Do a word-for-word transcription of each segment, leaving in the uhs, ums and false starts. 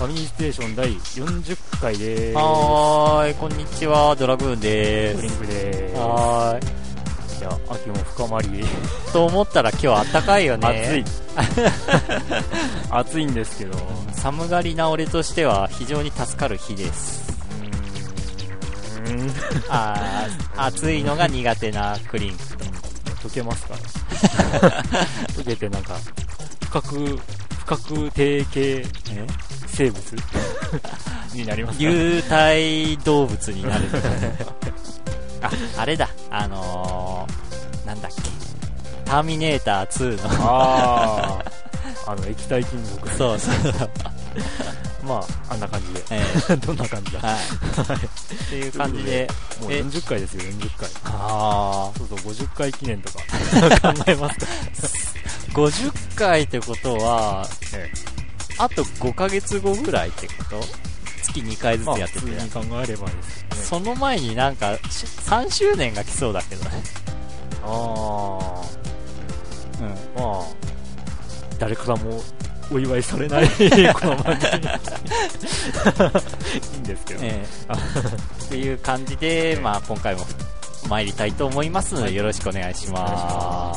ファミリーステーションだいよんじゅっかいでーす。 はーい、こんにちは、ドラグーンでーす。 ドリンクでーす。 はーい。 じゃあ、秋も深まり。 と思ったら今日あったかいよね。 暑い。暑いんですけど。 寒がりな俺としては非常に助かる日です。 うーん。 あー、暑いのが苦手なクリンクと。 溶けますから。溶けてなんか、不覚、不覚定型生物になりますか。 有体動物になる。あ、あれだ、あのー、なんだっけ、ターミネーターツーのああ、あの液体金属。 そうそうまあ、あんな感じで、 えー、 どんな感じだ、はい、 っていう感じで、 もうよんじゅっかいですよ、よんじゅっかい。 ああ、 そうそう、ごじゅっかい記念とか考えますか。 ごじゅっかいってことは、ええ、あとごかげつごぐらいってこと？月にかいずつやってて、まあ、 普通に考えればですね。 その前になんかさんしゅうねんが来そうだけどね。 ああ、うん、まあ誰からもお祝いされないこの番組いいんですけど、ええ、っていう感じで、ええ、まあ今回も参りたいと思いますので、はい、よろしくお願いします。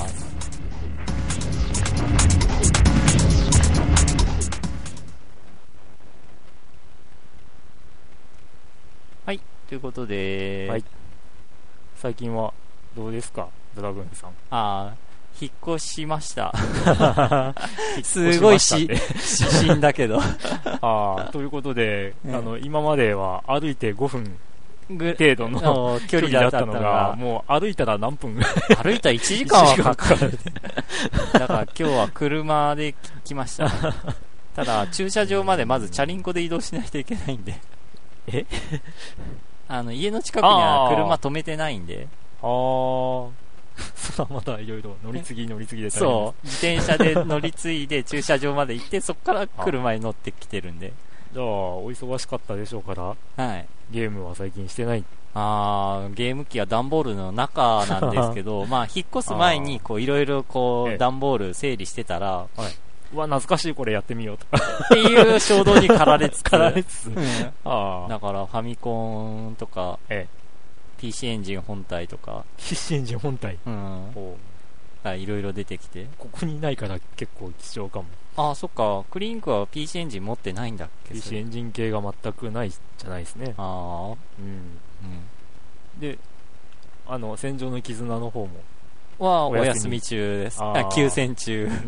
はい、ということで、はい、 最近はどうですか、ドラグーンさん。 ああ、引っ越しました。すごいし指針だけど。 ああ、ということで、うん、あの今までは歩いてごふん程度の距離だったのが、もう歩いたら何分歩いたらいちじかんはかかる。だから今日は車で来ました。ただ駐車場までまずチャリンコで移動しないといけないんで。 えあの家の近くには車止めてないんで。 ああ、それはまたいろいろ乗り継ぎ乗り継ぎで大変です。 そう、自転車で乗り継いで駐車場まで行って、そこから車に乗ってきてるんで。 じゃあお忙しかったでしょうから、はい、ゲームは最近してない。 あー、ゲーム機は段ボールの中なんですけどまあ引っ越す前にこういろいろこう段ボール整理してたら、はい、 うわ懐かしい、これやってみようとかっていう衝動に駆られつつ駆られつつ、うん、 あだからファミコンとか、ええ、ピーシー エンジン本体とかピーシー エンジン本体、うん、 いろいろ出てきて、 ここにないから結構貴重かも。 ああ、そっか、クリンクは ピーシー エンジン持ってないんだっけ。 ピーシー エンジン系が全くないじゃないですね。ああ、うん、うん、で、あの戦場の絆の方もはお休み中です。あ、休戦中、うん、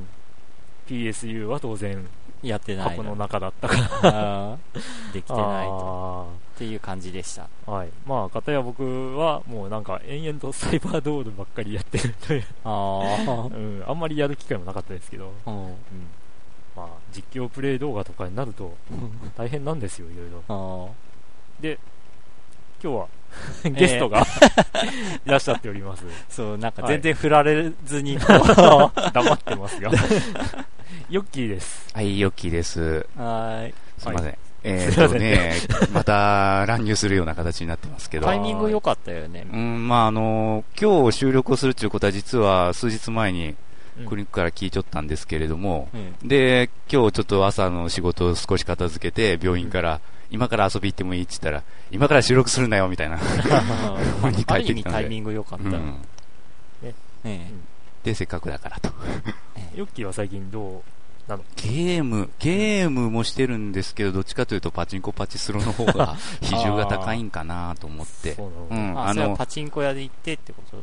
ピーエスユー は当然やってない、 箱の中だったからできてないとっていう感じでした。 はい、まあ片や僕はもうなんか延々とサイバードールばっかりやってるというあ、うん、あんまりやる機会もなかったですけど、うんうん、まあ実況プレイ動画とかになると大変なんですよ、いろいろ。で今日はゲストが、えー、いらっしゃっております。 そう、なんか全然振られずにこう、 はい、黙ってますがヨッキーです。 はい、ヨッキーです。 はい、 すいません、はい、えー、っとねまた乱入するような形になってますけど、 タイミング良かったよね。 うん、まああの今日収録をするということは実は数日前にクリックから聞いちゃったんですけれども、うん、で今日ちょっと朝の仕事を少し片付けて病院から、うん、今から遊び行ってもいいって言ったら今から収録するんだよみたいなに帰ってきたので、ある意味タイミング良かった、うん、 ねね、でせっかくだからとヨッキーは最近どうなの？ ゲームゲームもしてるんですけど、どっちかというとパチンコパチスロの方が比重が高いんかなと思ってうん、ああのパチンコ屋で行ってってこと？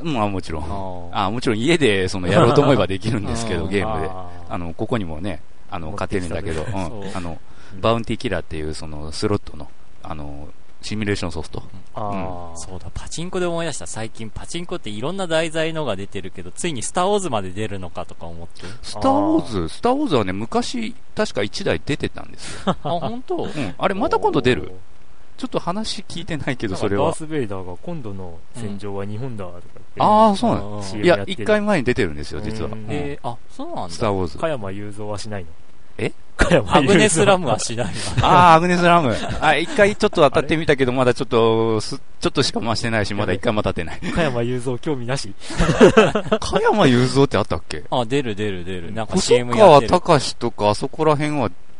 まあもちろんあもちろん家でそのやろうと思えばできるんですけどゲームであのここにもねあの勝てるんだけど、うん、あのバウンティーキラーっていうそのスロットのあのシミュレーションソフト、 うん、ああ、そうだ、パチンコで思い出した。最近パチンコっていろんな題材のが出てるけど、ついにスターウォーズまで出るのかとか思って。 スターウォーズスターウォーズはね昔確かいちだい出てたんですよ。 あ、本当？ うん、あれまた今度出る。ちょっと話聞いてないけど、それはダース・ベイダーが今度の戦場は日本だとか言って、 うん、ああ、そうなん。いや、一回前に出てるんですよ実は。 えー、あ、そうなんだ。 スターウォーズ。 加山雄三はしないの？ えアグネスラムはしないわ。 ああ、アグネスラム。あ、一回ちょっと当たってみたけど、まだちょっと、ちょっとしか回してないし、まだ一回も当たってない。 加山雄三興味なし。 加山雄三ってあったっけ？ あ、出る出る出る。なんかシーエム やってる。細川隆とか、あそこら辺は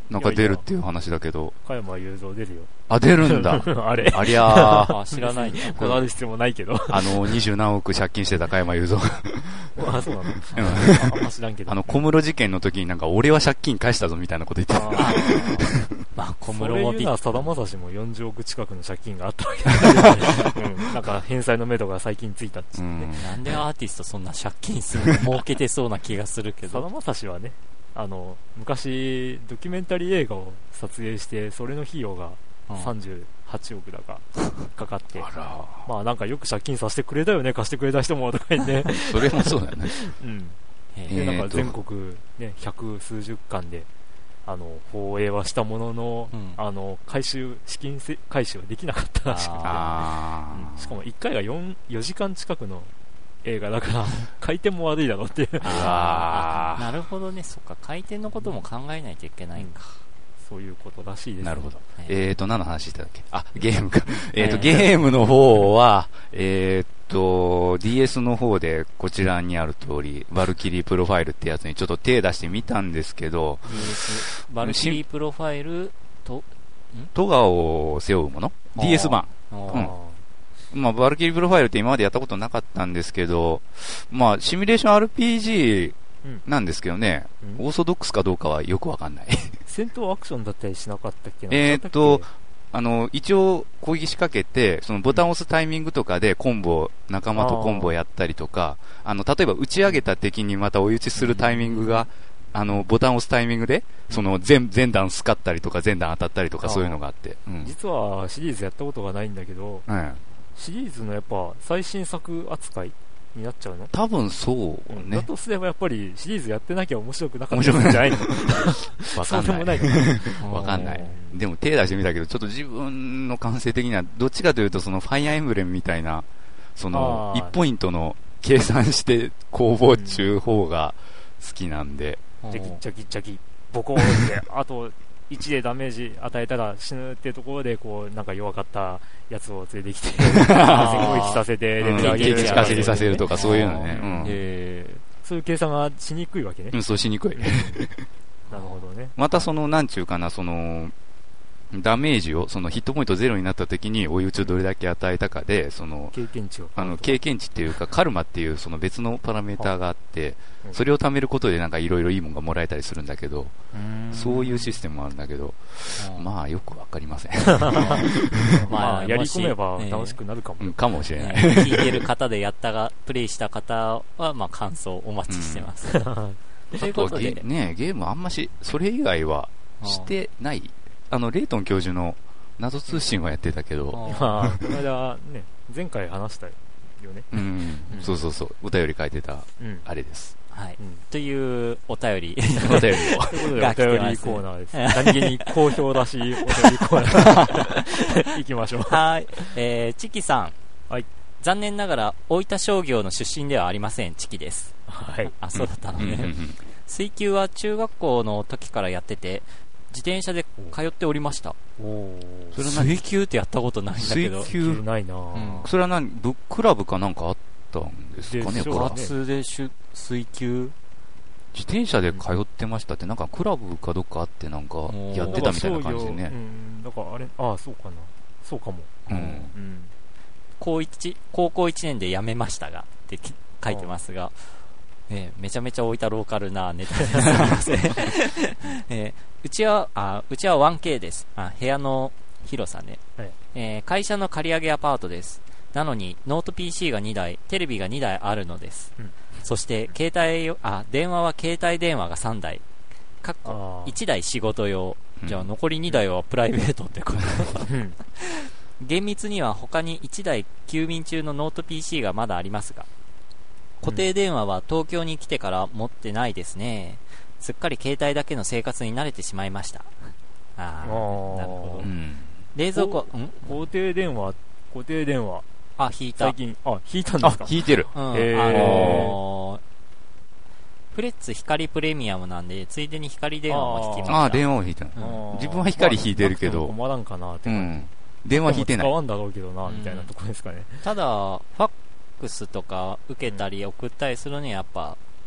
なんか出るっていう話だけど。 加山雄三出るよ。 あ、出るんだ。 あれ。 ありゃー。 あ、知らない。 こだわる必要もないけど。 あの、二十何億借金してた加山雄三。 あ、そうなの、うん、あんま知らんけど。 あの、小室事件の時になんか、俺は借金返したぞみたいなこと言ってた。 まあ、小室もビッグ。さだまさしもよんじゅうおく近くの借金があったわけだけど、うん、なんか返済の目処が最近ついたっつって、ね、 うん、なんでアーティストそんな借金するの儲けてそうな気がするけど。 さだまさしはね、あの昔ドキュメンタリー映画を撮影してそれの費用がさんじゅうはちおくだかかかって、 あらまあなんかよく借金させてくれたよね、貸してくれた人もとか言ってそれもそうだよね、 うん、でなんか全国、ね、百数十巻であの放映はしたものの、うん、あの回収資金回収はできなかったらしくて、あ、うん、しかもいっかいが 4, よじかん近くの映画だから回転も悪いだろうっていうああなるほどね、そっか、回転のことも考えないといけないんか、 そういうことらしいです、ね、 なるほど、えーと何の話したっけ、あゲームかえーとゲームの方はえーと ディーエス の方でこちらにある通りバルキリープロファイルってやつにちょっと手出してみたんですけど、 ディーエスバルキリープロファイルとトガを背負うもの ディーエス 版、うんまあ、バルキリープロファイルって今までやったことなかったんですけど、まあ、シミュレーション アールピージー なんですけどね、うん、オーソドックスかどうかはよくわかんない。 戦闘アクションだったりしなかったっけな。 えーっと、あの、一応攻撃仕掛けて、そのボタンを押すタイミングとかでコンボ、仲間とコンボやったりとか、あの、例えば打ち上げた敵にまた追い打ちするタイミングが、あの、ボタンを押すタイミングで、その全、全弾スカったりとか、全弾当たったりとか、そういうのがあって。うん、 実はシリーズやったことがないんだけど、うんシリーズのやっぱ最新作扱いになっちゃうの？ 多分そうね。 だとすればやっぱりシリーズやってなきゃ面白くなかったんじゃないの？ わかんない。わかんない。でも手出してみたけど、ちょっと自分の感性的にはどっちかというとそのファイアーエンブレムみたいな、そのいちポイントの計算して攻防中方が好きなんで。 ジャキジャキジャキボコーって、あといちでダメージ与えたら死ぬっていうところでこうなんか弱かったやつを連れてきて全攻撃させてレベル上げる、 経験値させるとかそういうのね、うん、 えー、そういう計算がしにくいわけね。 うんそうしにくいなるほどね。 またそのなんちゅうかな、そのダメージをそのヒットポイントゼロになった時に追い打ちをどれだけ与えたかで、その経験値をあの経験値っていうかカルマっていうその別のパラメーターがあって、それを貯めることでなんかいろいろいいものがもらえたりするんだけど、そういうシステムもあるんだけど、まあよくわかりません。 まあやり込めば楽しくなるかも、 えー、かもしれない。 聞いてる方でやったがプレイした方はまあ感想お待ちしてます。 ということでね、ゲームあんましそれ以外はしてない。あのレイトン教授の謎通信はやってたけど、 まあこの間ね前回話したよね。 うん、うん、そうそうそう、お便り書いてた、うん、あれです。 はい、うん、というお便りお便りをということでお便りコーナーです。何気に好評らしいお便りコーナー行きましょう。 はい、えー、チキさん、はい、残念ながら大分商業の出身ではありません。チキです。はい、あ、そうだったのね。水球は中学校の時からやってて自転車で通っておりました。おそれ水球ってやったことないんだけど。 水球ないな、うん、それは何ブックラブかなんかあったんですかね。 部活で水球自転車で通ってましたって、なんかクラブかどっかあってなんかやってたみたいな感じでね。 うん、だからあれ、ああそうかな、そうかも。うん。うん、 高一高校いちねんで辞めましたがって書いてますが。えー、めちゃめちゃ置いたローカルなネタです。すみません。えー、うちはあうちは ワンケー です。あ部屋の広さね、はい、えー、会社の借り上げアパートです。なのにノート ピーシー がにだい、テレビがにだいあるのです。うん、そして携帯あ電話は携帯電話がさんだい、かっこいちだい仕事用、うん、じゃあ残りにだいはプライベートってこと。厳密には他にいちだい休眠中のノート ピーシー がまだありますが、固定電話は東京に来てから持ってないですね。すっかり携帯だけの生活に慣れてしまいました。ああ、なるほど。うん、冷蔵庫、ん固定電話、固定電話。 あ、引いた。 最近、あ、引いたんですか？ あ、引いてる。 うん、えー、あのー、フレッツ光プレミアムなんで、ついでに光電話も引きました。 ああ、電話を引いた。うん、自分は光引いてるけど。 困らんかなって感じ。うん、 電話引いてない。 使わんだろうけどな、みたいなところですかね。 ただ、ファックスとか受けたり送ったりするにはやっぱ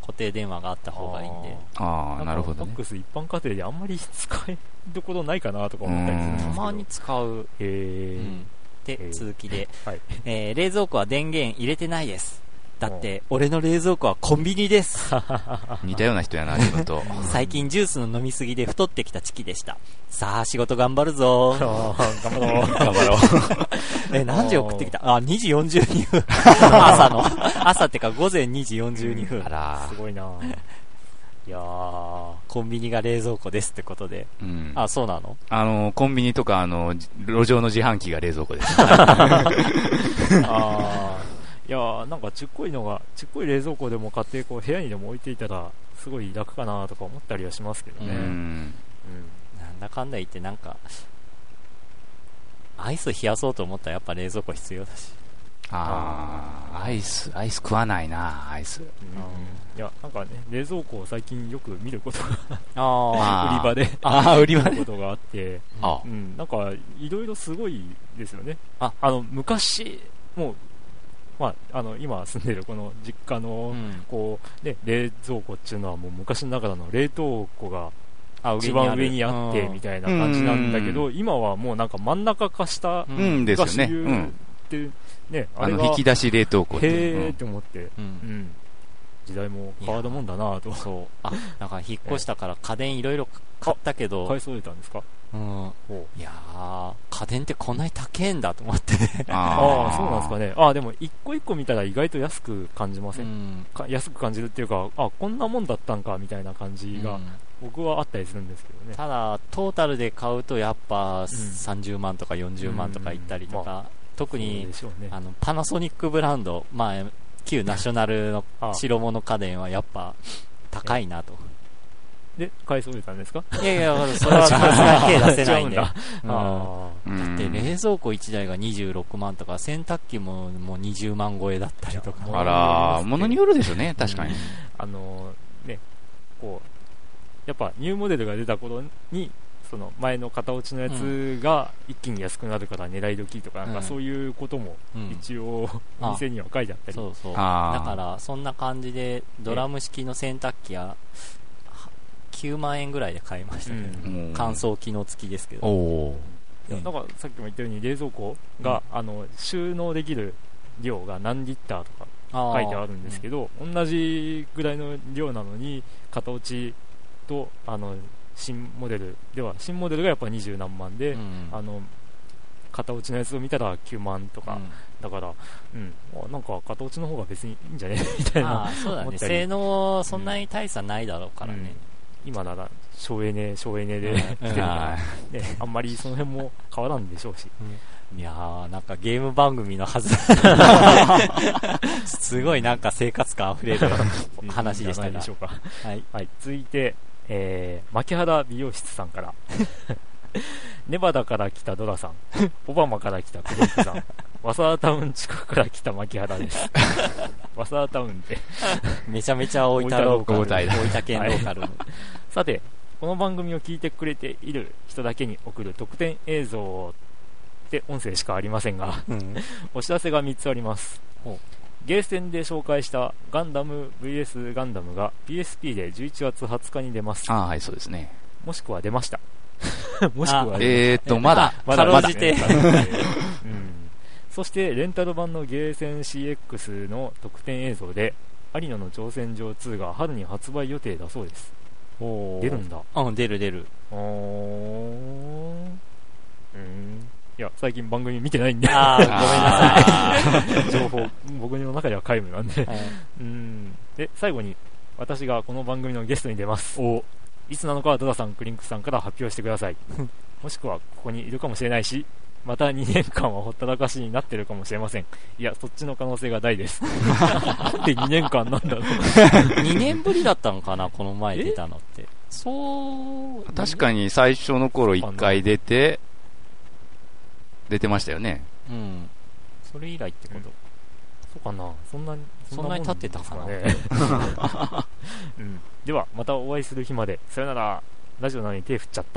固定電話があった方がいいんで。 ああ、なるほどね。 ファックス一般家庭であんまり使えることないかなとか思ったりするんですけど。 たまに使う。 へー。 うん、で、続きで、 はいえー、冷蔵庫は電源入れてないです。だって、俺の冷蔵庫はコンビニです。 似たような人やな、自分と。 最近ジュースの飲みすぎで太ってきたチキでした。さあ、仕事頑張るぞ。 頑張ろう。頑張ろう。 え、何時送ってきた？あ、にじよんじゅうにふん。朝の。朝ってか午前にじよんじゅうにふん。 あら。 すごいな。いやー、 コンビニが冷蔵庫ですってことで。うん、あ、そうなの？ あの、コンビニとか、あの、路上の自販機が冷蔵庫です。 あー。いやーなんかちっこいのがちっこい冷蔵庫でも買ってこう部屋にでも置いていたらすごい楽かなとか思ったりはしますけどね。うん、うん、 なんだかんだ言ってなんかアイス冷やそうと思ったらやっぱ冷蔵庫必要だし。 ああ、アイスアイス食わないなアイス。うん、 いやなんかね冷蔵庫を最近よく見ることがあ売り場であ売り場で見ることがあって、 あ、 うん、なんかいろいろすごいですよね。ああの昔もうまあ、あの今住んでるこの実家のこう、ね、冷蔵庫っていうのはもう昔ながらの冷凍庫が一番上にあってみたいな感じなんだけど、今はもうなんか真ん中化したが主流ってね、 あの引き出し冷凍庫ってへーって思って、うん時代も変わるもんだなと。 そうあなんか引っ越したから家電いろいろ買ったけど買い揃えたんですか？ うん、いやー家電ってこんなに高えんだと思ってああそうなんですかね。あでも一個一個見たら意外と安く感じません、うん、か安く感じるっていうかあこんなもんだったんかみたいな感じが、うん、僕はあったりするんですけどね。 ただトータルで買うとやっぱさんじゅうまんとかよんじゅうまんとかいったりとか、うんまあ、特に、ね、あのパナソニックブランド、まあ、旧ナショナルの白物家電はやっぱ高いなと。 で買い揃えたんですか？ いやいやそれはさすがに手出せないんで。だって冷蔵庫いちだいがにじゅうろくまんとか洗濯機ももうにじゅうまん超えだったりとか。 あら物によるでしょうね確かに、うん、 あのねこうやっぱニューモデルが出た頃にその前の型落ちのやつが一気に安くなるから狙い時とか、なんかそういうことも一応お店には書いてあったり、 そうそうだからそんな感じでドラム式の洗濯機やきゅうまんえんぐらいで買いましたけど、うん、乾燥機能付きですけど、 おいやだからさっきも言ったように冷蔵庫が、うん、あの収納できる量が何リッターとか書いてあるんですけど、うん、同じぐらいの量なのに型落ちとあの新モデルでは新モデルがやっぱにじゅうなんまんで、うん、あの型落ちのやつを見たらきゅうまんとか、うん、だから、うん、なんか型落ちの方が別にいいんじゃねみたいな。 あそうだね性能そんなに大差ないだろうからね、 うん、今なら省エネ省エネで来てるから、ね、あんまりその辺も変わらんでしょうし、 うん、いやーなんかゲーム番組のはずすごいなんか生活感あふれる話でしたが、 でしょうか。はい、はい、続いてえー、牧原美容室さんからネバダから来たドラさん、オバマから来たクレイクさん、ワサータウン近くから来た牧原ですワサータウンってめちゃめちゃ大分ローカル、大分県ローカル、はい、 さてこの番組を聞いてくれている人だけに送る特典映像って音声しかありませんが、うん、お知らせがみっつあります。ゲーセンで紹介したガンダム ブイエス ガンダムが ピーエスピー でじゅういちがつはつかに出ます。 ああ、はい、そうですね。 もしくは出ました。もしくはえーっと、まだ。 まだ、まだ。ね、 うん。そして、レンタル版のゲーセン シーエックス の特典映像で、有野の挑戦状ツーが春に発売予定だそうです。お出るんだ。 うん、出る出る。 おー。うん。いや、最近番組見てないんで。 あー、ごめんなさい。 情報、僕の中では皆無なんで。はい、うん。で、最後に、私がこの番組のゲストに出ます。おいつなのかはドダさん、クリンクさんから発表してください。もしくは、ここにいるかもしれないし、またにねんかんはほったらかしになってるかもしれません。いや、そっちの可能性が大です。なんでにねんかんなんだろう。 にねんぶりだったのかな、この前出たのって。そう。 確かに最初の頃いっかい出て、出てましたよね。 うん。それ以来ってこと。 そうかな。そんなに、 そんなに経ってたかな。ねうん、では、またお会いする日まで。さよなら。ラジオなのに手振っちゃった。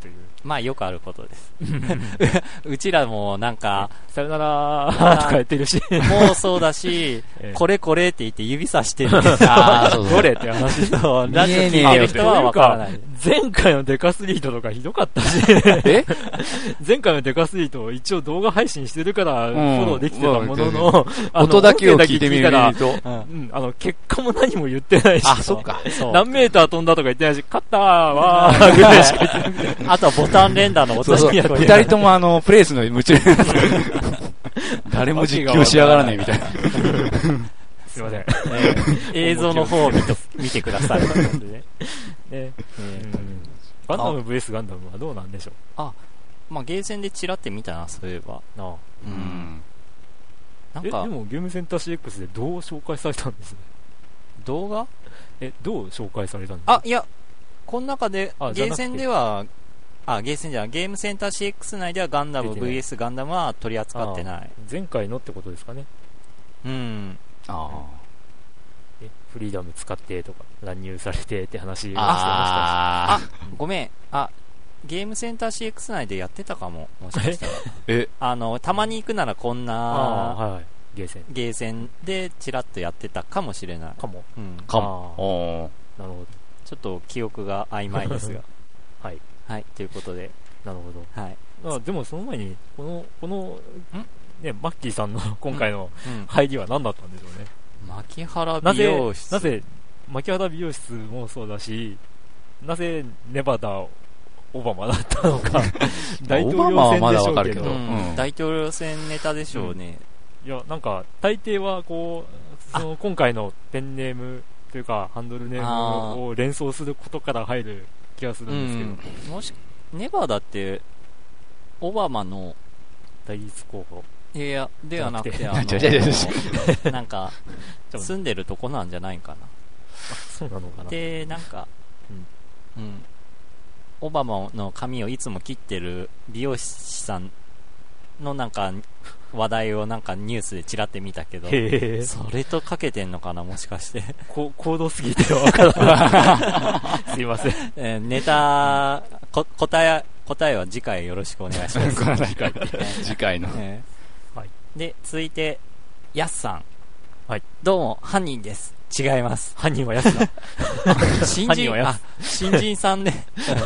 という。 まあよくあることです。うちらもなんか、 さよならーとか言ってるし。 もうそうだし、ええ、これこれって言って指さしてるんですあそうどれって話と、 ラジオ聞いてる人はわからない。 前回のデカスリートとかひどかったし、え前回のデカスリート一応動画配信してるからフォローできてたものの、うん、 音だけを聞いてみると、 うん、あの、結果も何も言ってないし、 あ、そっか。 何メーター飛んだとか言ってないし、勝ったーわーぐらいしか言ってない。 あとはボタン連打の音しか聞こえない。 二人ともあの、プレイスの夢中誰も実況しやがらねえみたいな。 すいません。えー、映像の方を見と見てください。ねえー、ガンダム ブイエス ガンダムはどうなんでしょう。 あ、まあゲーセンでチラって見たな、そういえば。 ああ、 うん。 なんかえ、でもゲームセンター シーエックス でどう紹介されたんですね。 動画？ え、どう紹介されたんですか？ あ、いや、この中で、ゲーセンでは、あ、ゲーセンじゃない、ゲームセンター シーエックス 内ではガンダム ブイエス ガンダムは取り扱ってない。 前回のってことですかね。 うん。 ああ。 え、フリーダム使ってとか、乱入されてって話をしてました。 あ、ごめん。あ、ゲームセンター シーエックス 内でやってたかも。もしかしたら。 えあの、たまに行くならこんな、 はいはい、ゲーセン。 ゲーセンでチラッとやってたかもしれない。 かも。 うん。 かも。 なるほど。 ちょっと記憶が曖昧ですが。 はい。 はい、ということで。 なるほど。 はい。 あ、でもその前に、この、この、ね、マッキーさんの今回の入りは何だったんでしょうね。 牧原美容室。 なぜ、なぜ、牧原美容室もそうだし、なぜネバダ、オバマだったのか。大統領選でしょうけど。 うん、大統領選ネタでしょうね。 うん、いや、なんか、大抵はこう、その今回のペンネームというか、ハンドルネームを連想することから入る気がするんですけど。 うん、もし、ネバダって、オバマの対立候補いやいや、ではなくて、あの、 なんか、住んでるとこなんじゃないかな。 あ、そうなのかな。 で、なんか、うん、うん。オバマの髪をいつも切ってる美容師さんのなんか、話題をなんかニュースでチラって見たけど、それとかけてんのかな、もしかして。 こ高度すぎてわからない。すいません。 えー、ネタ、こ、答え、答えは次回よろしくお願いします。 次回。次回の。 えーはい、 で、続いて、ヤスさん。 はい。 どうも、犯人です。違います。 犯人はヤスだ。 新人、あ、新人さんで、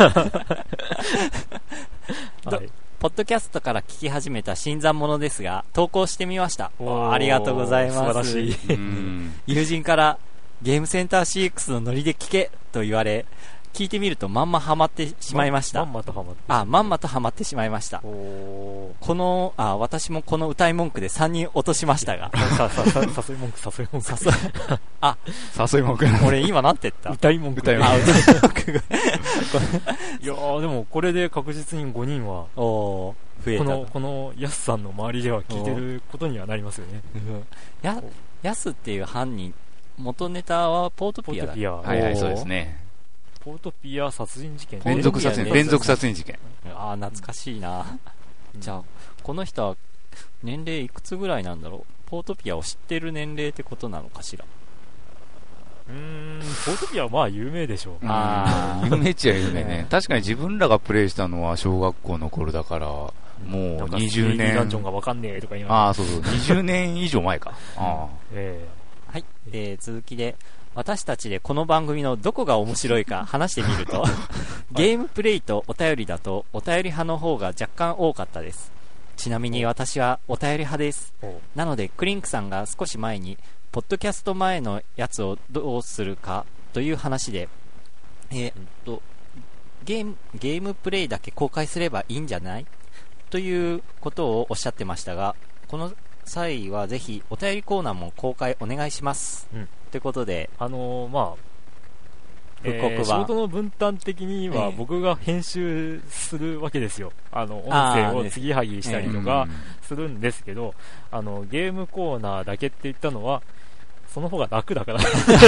はい。ポッドキャストから聞き始めた新参者ですが、投稿してみました。ありがとうございます。 素晴らしい。 友人から、ゲームセンター シーエックス のノリで聞けと言われ、聞いてみるとまんまハマってしまいました。 まんまとハマって。 あ、まんまとハマってしまいました。この、あ、私もこの歌い文句でさんにん落としましたが。 さ、さ、さ、誘い文句、誘い文句。 誘い、あ、 誘い文句。 俺今なんて言った歌い文句。 歌い文句。 あ、歌い文句。 いやー、でもこれで確実にごにんは、 お増えた。 この、このヤスさんの周りでは聞いてることにはなりますよね。 や、ヤスっていう犯人、元ネタはポートピアだ。 ポートピア。 はいはい、そうですね。 ポートピア殺人事件。 連続殺人、連続殺人事件。 ああ、懐かしいな。じゃあ、この人は年齢いくつぐらいなんだろう。ポートピアを知ってる年齢ってことなのかしら。 うーん、ポートピアはまあ有名でしょう。 ああ、有名っちゃ有名ね。確かに自分らがプレイしたのは小学校の頃だから、もうにじゅうねん。 ダンジョンがわかんねえとか言いああ、そうそう。にじゅうねん以上前か。ああ。 ええ。はい。で、続きで、私たちでこの番組のどこが面白いか話してみると、ゲームプレイとお便りだとお便り派の方が若干多かったです。ちなみに私はお便り派です。なのでクリンクさんが少し前にポッドキャスト前のやつをどうするかという話で、えー、っとゲームゲームプレイだけ公開すればいいんじゃないということをおっしゃってましたが、この際はぜひお便りコーナーも公開お願いします。うん、ということで、 あのー、まあ、 復刻は、 えー、仕事の分担的には僕が編集するわけですよ。あの、音声を継ぎはぎしたりとかするんですけど、あの、ゲームコーナーだけって言ったのは、その方が楽だから、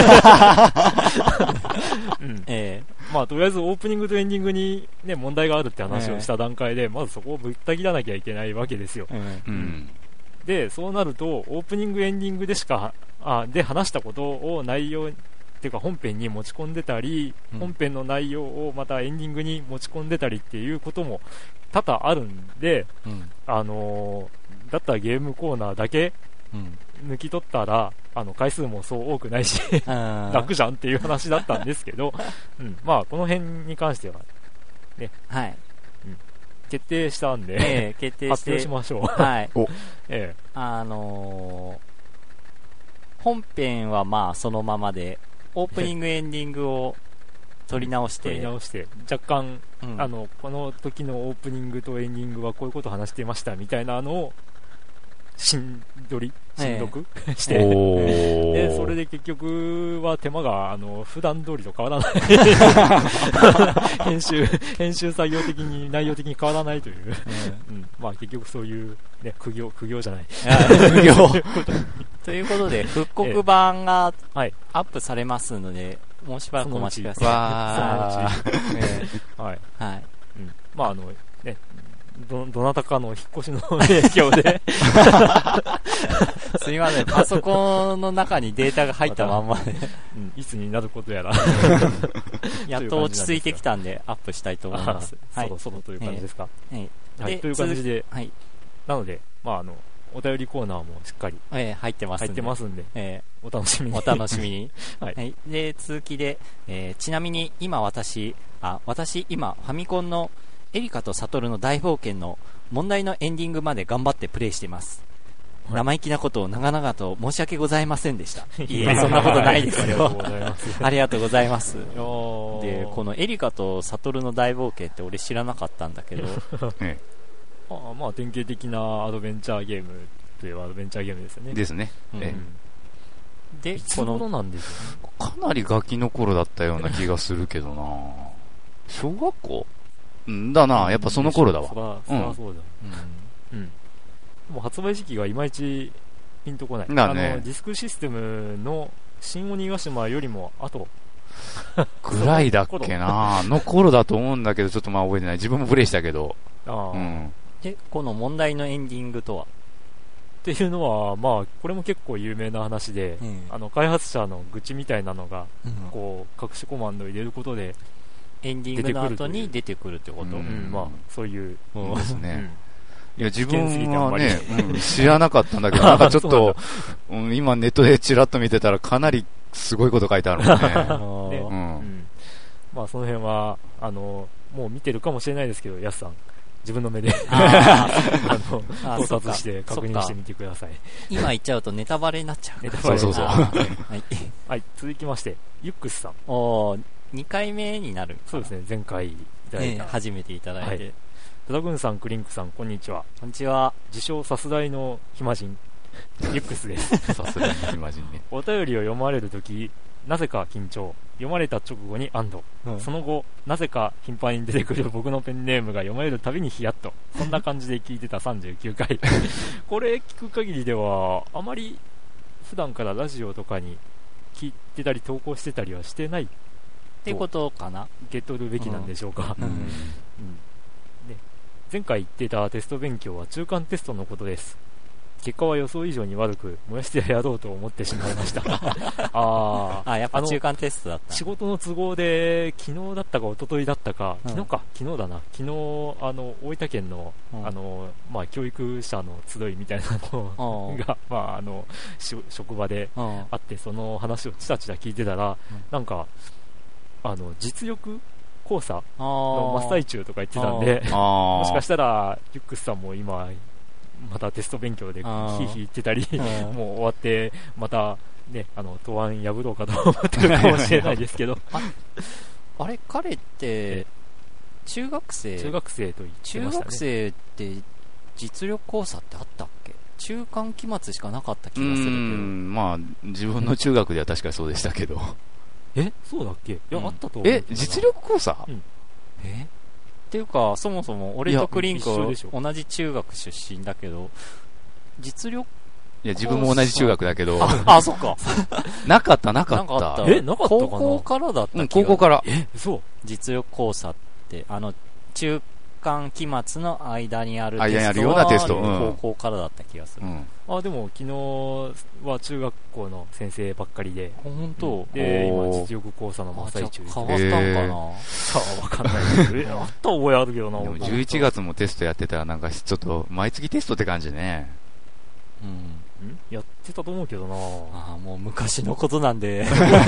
うんえー、まあとりあえずオープニングとエンディングに、ね、問題があるって話をした段階で、えー、まずそこをぶった切らなきゃいけないわけですよ、 うんうん、 でそうなるとオープニングエンディングでしかあで話したことを内容っていうか本編に持ち込んでたり、うん、本編の内容をまたエンディングに持ち込んでたりっていうことも多々あるんで、うん、あのー、だったらゲームコーナーだけ抜き取ったら、あの回数もそう多くないし楽じゃんっていう話だったんですけど、うん、まあこの辺に関してはね、 はい、 うん、決定したんで、 えー、決定して発表しましょう。 はい。 お、えー、あのー、本編はまあそのままでオープニングエンディングを取り直して、 取り直して若干、 うん、 あのこの時のオープニングとエンディングはこういうことを話していましたみたいなのを新撮り新読、えー、してでそれで結局は手間があの普段通りと変わらない編集編集作業的に内容的に変わらないという、うんうん、まあ結局そういう、ね、苦行苦行じゃない苦行ということで復刻版がアップされますので、もうしばらくお待ちください。 わーはいはい、うん、まああのねど、どなたかの引っ越しの影響ですみません、パソコンの中にデータが入ったまんまで、 うん、いつになることやらやっと落ち着いてきたんでアップしたいと思います。 はい、そろそろという感じですか。 はい、 はい、という感じで、はい、なので、まああのお便りコーナーもしっかり、 えー、入ってますんで、 入ってますんで、 えー、お楽しみに。 お楽しみに。 はいはい。で、続きで、えー、ちなみに今私、あ、私今ファミコンのエリカとサトルの大冒険の問題のエンディングまで頑張ってプレイしています。はい、生意気なことを長々と申し訳ございませんでした。いや、そんなことないですよ。ありがとうございます。で、このエリカとサトルの大冒険って俺知らなかったんだけど、 ええあまあ典型的なアドベンチャーゲームというアドベンチャーゲームですよね。 ですね。 うんええ、で、この頃なんですよね。 かなりガキの頃だったような気がするけどな小学校んだな、やっぱその頃だわ。 そら、そらそうだ。うん。うん。もう発売時期がいまいちピンとこない。 だね、 あのディスクシステムの新鬼ヶ島よりも後ぐらいだっけなの頃だと思うんだけど、ちょっとまあ覚えてない。自分もプレイしたけど。 ああ。うん。 で、この問題のエンディングとはっていうのは、まあ、これも結構有名な話で、うん、あの開発者の愚痴みたいなのが、うん、こう隠しコマンドを入れることでエンディングの後に出てくるってこと、うんうん、まあ、そういう、 そうですね、うん、いや自分はね、うん、知らなかったんだけどなんかちょっと、うん、今ネットでチラッと見てたらかなりすごいこと書いてあるもんね、ねうんうん、 まあその辺はあのもう見てるかもしれないですけど、ヤスさん自分の目であの考察して確認してみてください。 今言っちゃうとネタバレになっちゃう。 ネタバレそうそうそう、 はい、はい、続きましてユックスさん、 おにかいめになる。 そうですね、前回いただいた、 ね、初めていただいて、はい、 ドラグーンさん、クリンクさん、こんにちは。 こんにちは。 自称さすらいの暇人ユックスです。 さすらいの暇人ね。 お便りを読まれるときなぜか緊張、読まれた直後に安堵、うん、その後なぜか頻繁に出てくる僕のペンネームが読まれるたびにヒヤッと、そんな感じで聞いてたさんじゅうきゅうかいこれ聞く限りではあまり普段からラジオとかに聞いてたり投稿してたりはしてないってことかな、 受け取るべきなんでしょうか、うんうんうん、で前回言っていたテスト勉強は中間テストのことです。結果は予想以上に悪く、燃やしてやろうと思ってしまいましたああ、やっぱ中間テストだった。 仕事の都合で昨日だったか一昨日だったか、昨日か、うん、昨日だな、昨日あの大分県の、うん、あのまあ、教育者の集いみたいなのが、まあ、あの職場であって、その話をちらちら聞いてたら、うん、なんかあの実力講座の真っ最中とか言ってたんで、もしかしたらユックスさんも今またテスト勉強でヒーヒー言ってたりもう終わってまたね、あの答案破ろうかと思ってるかもしれないですけどあ, あれ彼って中学生中学生と言ってましたね。 中学生って実力講座ってあったっけ？中間期末しかなかった気がするけど、うーん、まあ自分の中学では確かそうでしたけどえ、そうだっけ？いや、うん、あったと思う。 え、実力講座、うん、 えっていうか、そもそも俺とクリンク同じ中学出身だけど、実力、 いや自分も同じ中学だけど、 あ、あそっかなかったなかった。 なかった。え、なかったかな。 高校からだったっけ？ うん、高校から。 え、そう。 実力講座って、あの中間期末の間にある間にあるテストはようなテスト、うん、 高校からだった気がする、うん、 あでも昨日は中学校の先生ばっかりで、 本当、 で今実力講座の真っ最中で変わったんかな、 さあ分かんないけどあった覚えあるけどな。 でもじゅういちがつもテストやってたらなんかちょっと毎月テストって感じね。 うん、 んやってたと思うけどな。 ああもう昔のことなんで、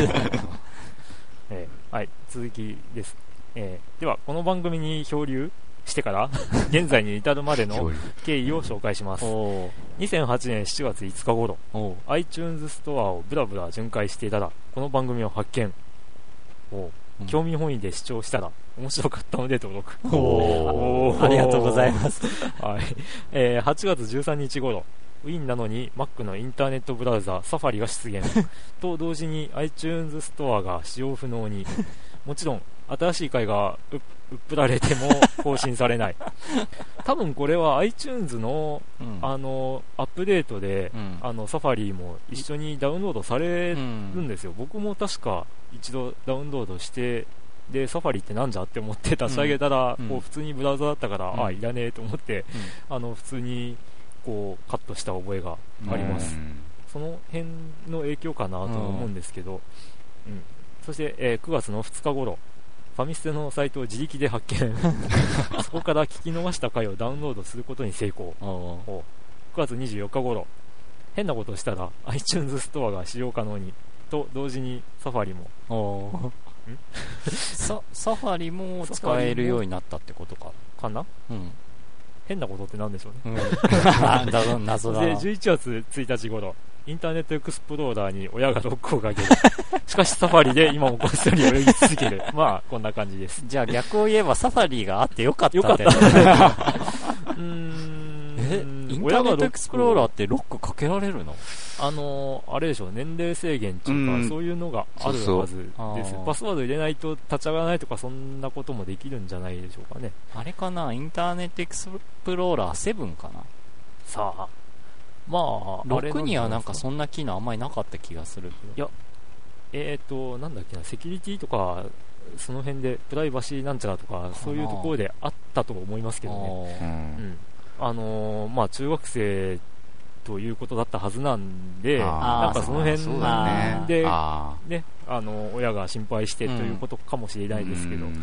えー、はい続きです、えー、ではこの番組に漂流してから現在に至るまでの経緯を紹介します。にせんはちねんしちがついつか頃 iTunes ストアをブラブラ巡回していたらこの番組を発見。お興味本位で視聴したら面白かったので登録。 おーありがとうございます、 はいえー、はちがつじゅうさんにち頃 Win なのに Mac のインターネットブラウザ Safari が出現と同時に iTunes ストアが使用不能に。もちろん新しい回がうっぷられても更新されない多分これは iTunes の、うん、あのアップデートで、うん、あの Safari も一緒にダウンロードされるんですよ、うん、僕も確か一度ダウンロードしてでサファリってなんじゃって思って立ち上げたら、うん、こう普通にブラウザだったから、うん、あいらねえと思って、うん、あの普通にこうカットした覚えがあります、うん、その辺の影響かなと思うんですけど、うんうん、そして、えー、くがつのふつか頃ファミステのサイトを自力で発見そこから聞き逃した回をダウンロードすることに成功。くがつにじゅうよっか頃変なことをしたら iTunes ストアが使用可能にと同時にサファリもサ, サファリも使えるようになったってことかかな、うん、変なことってなんでしょうね、 うん、謎だでじゅういちがつついたち頃インターネットエクスプローラーに親がロックをかけるしかしサファリで今もこっそり泳ぎ続けるまあこんな感じです。 じゃあ逆を言えばサファリがあってよかったってよかったうーんえインターネットエクスプローラーってロックかけられるの？ あのー、あれでしょう年齢制限っていうか、うん、そういうのがあるはずです。そうそうパスワード入れないと立ち上がらないとかそんなこともできるんじゃないでしょうかね。 あれかなインターネットエクスプローラーセブンかな。 さあまあろくにはなんかそんな機能あんまりなかった気がするけど。 いやえっ、ー、となんだっけなセキュリティとかその辺でプライバシーなんちゃらとかそういうところであったと思いますけどね。うん、あのー、まあ中学生ということだったはずなんで、なんかその辺で、ね、ね、あの親が心配してということかもしれないですけど、うん、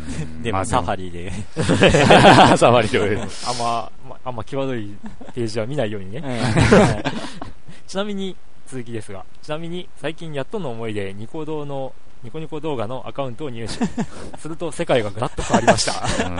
でもサファリでサファリであんまあんま際どいページは見ないようにね。ちなみに続きですが、ちなみに最近やっとの思いでニコ動のニコニコ動画のアカウントを入手すると世界がガラッと変わりました、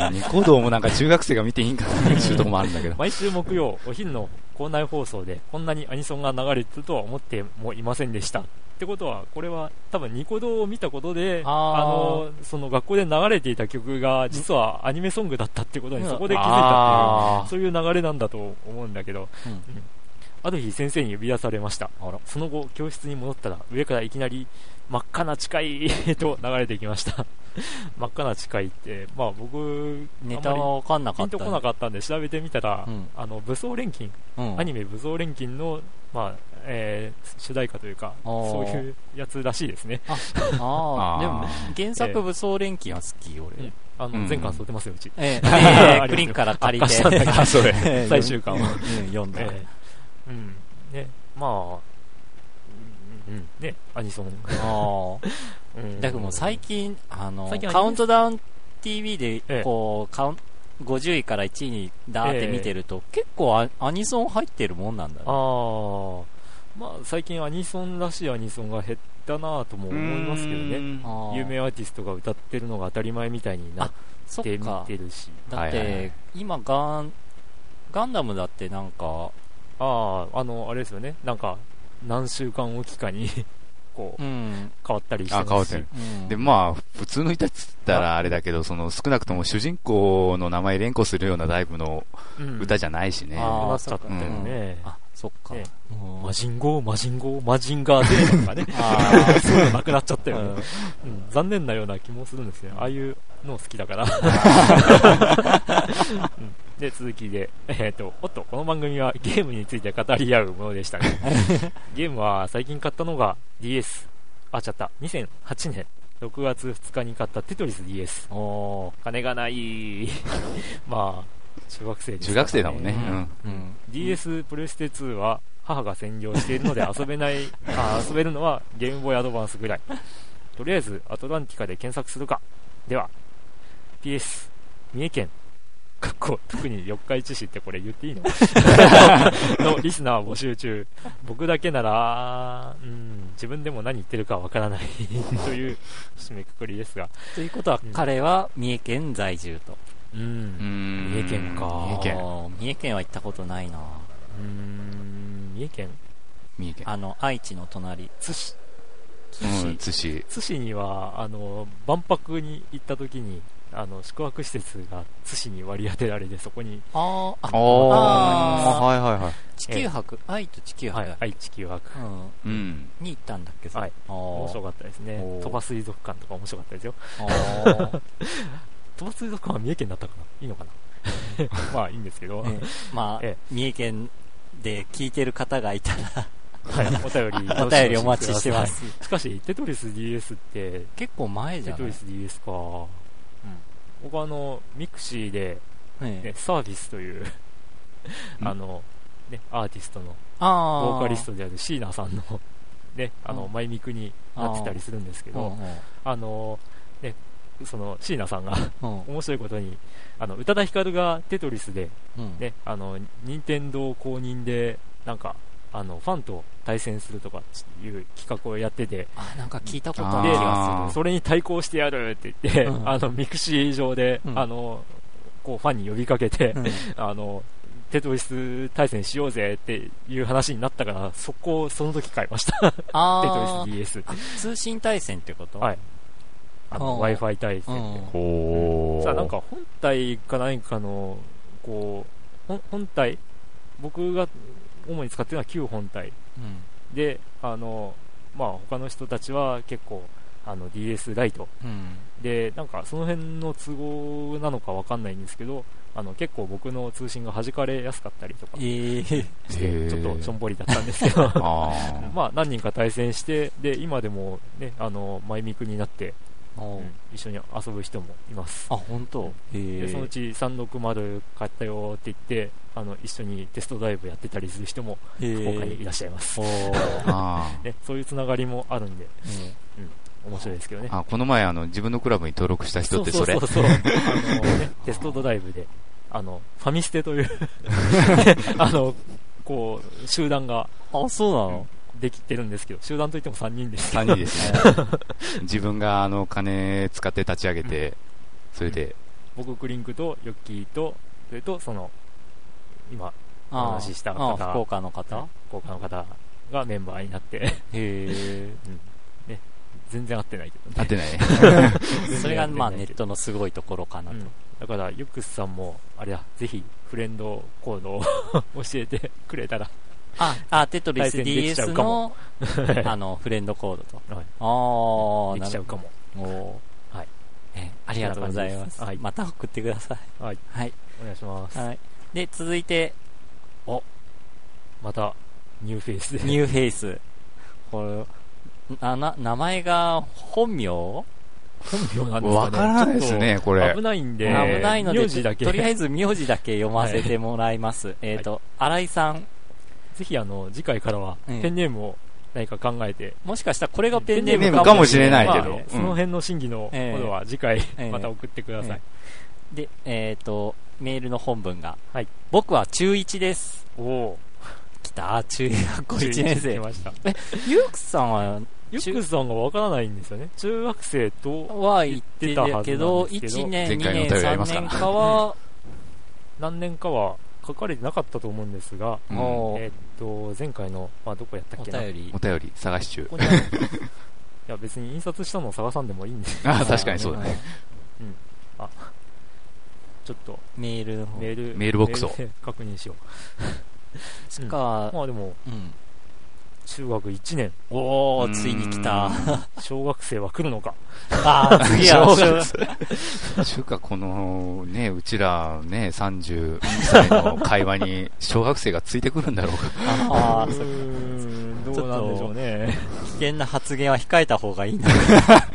うん、ニコ動もなんか中学生が見ていいんかなっていうところもあるんだけど毎週木曜お昼の校内放送でこんなにアニソンが流れてるとは思ってもいませんでしたってことはこれは多分ニコ動を見たことであのその学校で流れていた曲が実はアニメソングだったってことにそこで気づいたっていうそういう流れなんだと思うんだけど、うんうん、ある日先生に呼び出されました。あらその後教室に戻ったら上からいきなり真っ赤な誓いと流れてきました真っ赤な誓いって、まあ、僕ネタは分かんなかった、 ピンとこなかったんで調べてみたら、うん、あの武装錬金、うん、アニメ武装錬金の、まあえー、主題歌というかそういうやつらしいですね。ああでも原作武装錬金は好き、えー、俺、 うんあの全巻揃ってますようち、 えーえー、クリンから借りてあそれ最終巻を、うん、 読んだ、えーうんね、まあうんね、アニソンあ、 うん、だけども最近あのカウントダウン ティーブイ でこう、ええ、カウンごじゅういからいちいにダーって見てると、え、結構 ア, アニソン入ってるもんなんだね。あ、 まあ、最近アニソンらしいアニソンが減ったなとも思いますけどね。有名アーティストが歌ってるのが当たり前みたいになって見てるし、 だって、はいはい、今ガンガンダムだってなんかあああのあれですよね、なんか何週間おきかにこう、うん、変わったりしてますし、あ、変わってる、 うん、でまあ普通の人たちったらあれだけど、その少なくとも主人公の名前連呼するようなタイプの歌じゃないしね、うん、 ああ、そうだったよね、 うん、あ、そっか、ね、 マジンゴーマジンゴーマジンガーゼーとかねあそういうのなくなっちゃったよね、うんうん、残念なような気もするんですけど、ああいうの好きだから、うん、で続きで、えー、とおっとこの番組はゲームについて語り合うものでしたねゲームは最近買ったのが ディーエス、 あ、ちゃったにせんはちねんろくがつふつかに買ったテトリス ディーエス。お金がないまあ中学生ですからね。 中学生だもんね、うんうん、 ディーエス プレステツーは母が占領しているので遊べないあ遊べるのはゲームボーイアドバンスぐらい。とりあえずアトランティカで検索するか。では ピーエス 三重県かっこ特に四日市市ってこれ言っていいののリスナー募集中。僕だけなら、うん、自分でも何言ってるかわからないという締めくくりですが。 ということは、うん、彼は三重県在住と。 うん。三重県か。 三重県。三重県は行ったことないな。 うーん。三重県。 三重県。 あの愛知の隣。 津市。 津市。津市。 津市にはあの万博に行った時に。あの宿泊施設が津市に割り当てられてそこにああああはいはいはい地球博、ええ、愛と地球博、 はい、愛地球博、 うん、 に行ったんだっけど、 はい、面白かったですね。鳥羽水族館とか面白かったですよ。鳥羽水族館は三重県だったかないいのかなまあいいんですけど、 ええ、まあ、ええ、三重県で聞いてる方がいたらはい、お便りお便りお待ちしてます。 しかしテトリス ディーエス って結構前じゃない？ テトリス ディーエス か、僕はあのミクシーで、ねええ、サービスというあの、ね、アーティストのボーカリストであるシーナさんの、ね、あのマイミクになってたりするんですけど、あの、ね、そのシーナさんが面白いことにあの宇多田ヒカルがテトリスで、ね、あの任天堂公認でなんかあのファンと対戦するとかいう企画をやってて、 あ、なんか聞いたことある気がする。 それに対抗してやるって言って、うん、あのミクシー上で、うん、あのこうファンに呼びかけて、うん、あのテトリス対戦しようぜっていう話になったから、そこをその時買いましたテトリス ディーエス。 通信対戦ってこと？ はい、あの Wi-Fi 対戦で、さあなんか本体か何かのこう本体、僕が主に使っているのは旧本体、うん、で、あの、まあ、他の人たちは結構あの ディーエス ライト、うん、で、なんかその辺の都合なのかわかんないんですけど、あの結構僕の通信が弾かれやすかったりとかして、えー、ちょっとしょんぼりだったんですけどあまあ何人か対戦して、で今でもね、あのマイミクになってうん、一緒に遊ぶ人もいます。 あ、本当。 でそのうちさんろくまる買ったよって言ってあの一緒にテストドライブやってたりする人も福岡にいらっしゃいます。あね、そういうつながりもあるんで、うんうん、面白いですけどね。 あ、この前あの自分のクラブに登録した人ってそれそうそうそうそうあの、ね、テストドライブであのファミステというあのこう集団があ、そうなの、 うんできてるんですけど、集団といってもさんにんですけどさんにんですね自分があの金使って立ち上げて、うん、それで、 うん、僕クリンクとヨッキーとそれとその今お話しした方、 福岡の方福岡の方がメンバーになってへー、うんね、全然合ってないけど、ね、 合ってないそれがまあネットのすごいところかなと、うん、 だからユックスさんもあれだ、ぜひフレンドコードを教えてくれたらああ、テトリス ディーエス のあのフレンドコードと、はい、 あできちゃうかも。 お、はい、えありがとうございます、はい、また送ってください。 はい、はい、お願いします。 はい、で続いて、 おまたニューフェイスでニューフェイス、これなな名前が本名本名なんですかね。 わからないですね、これ。 危ないんで、 危ないので、 名字だけとりあえず名字だけ読ませてもらいます。はい、えっ、ー、と、はい、新井さん。 ぜひあの次回からはペンネームを何か考えて、うん、 もしかしたらこれがペンネームかもしれないけど、 まあ、その辺の真偽のことは次回また送ってください。 えー、で、えっ、ー、とメールの本文が、はい、僕は中いちです。 おお、 来た、中学校いちねん生。 来ました。 え、ユークさんはユックスさんがわからないんですよね。中学生とは言ってたけど、いちねん、にねん、さんねんかは何年かは書かれてなかったと思うんですが、うん、えー、っと前回の、まあ、どこやったっけな、 お便りお便り探し中。ここにいや別に印刷したのを探さんでもいいんですあ、確かにそうだね。 うん、あ、ちょっとメールの方メールメールボックスを確認しよう。 しか、 うん、まあでも、うん、中学いちねん、 おー、ついに来た。 小学生は来るのか。 ああ、次は小学生。中学このね、うちらね、さんじゅっさいの会話に小学生がついてくるんだろうか。 ああ、うーん、どうなんでしょうね。 危険な発言は控えた方がいいんだ。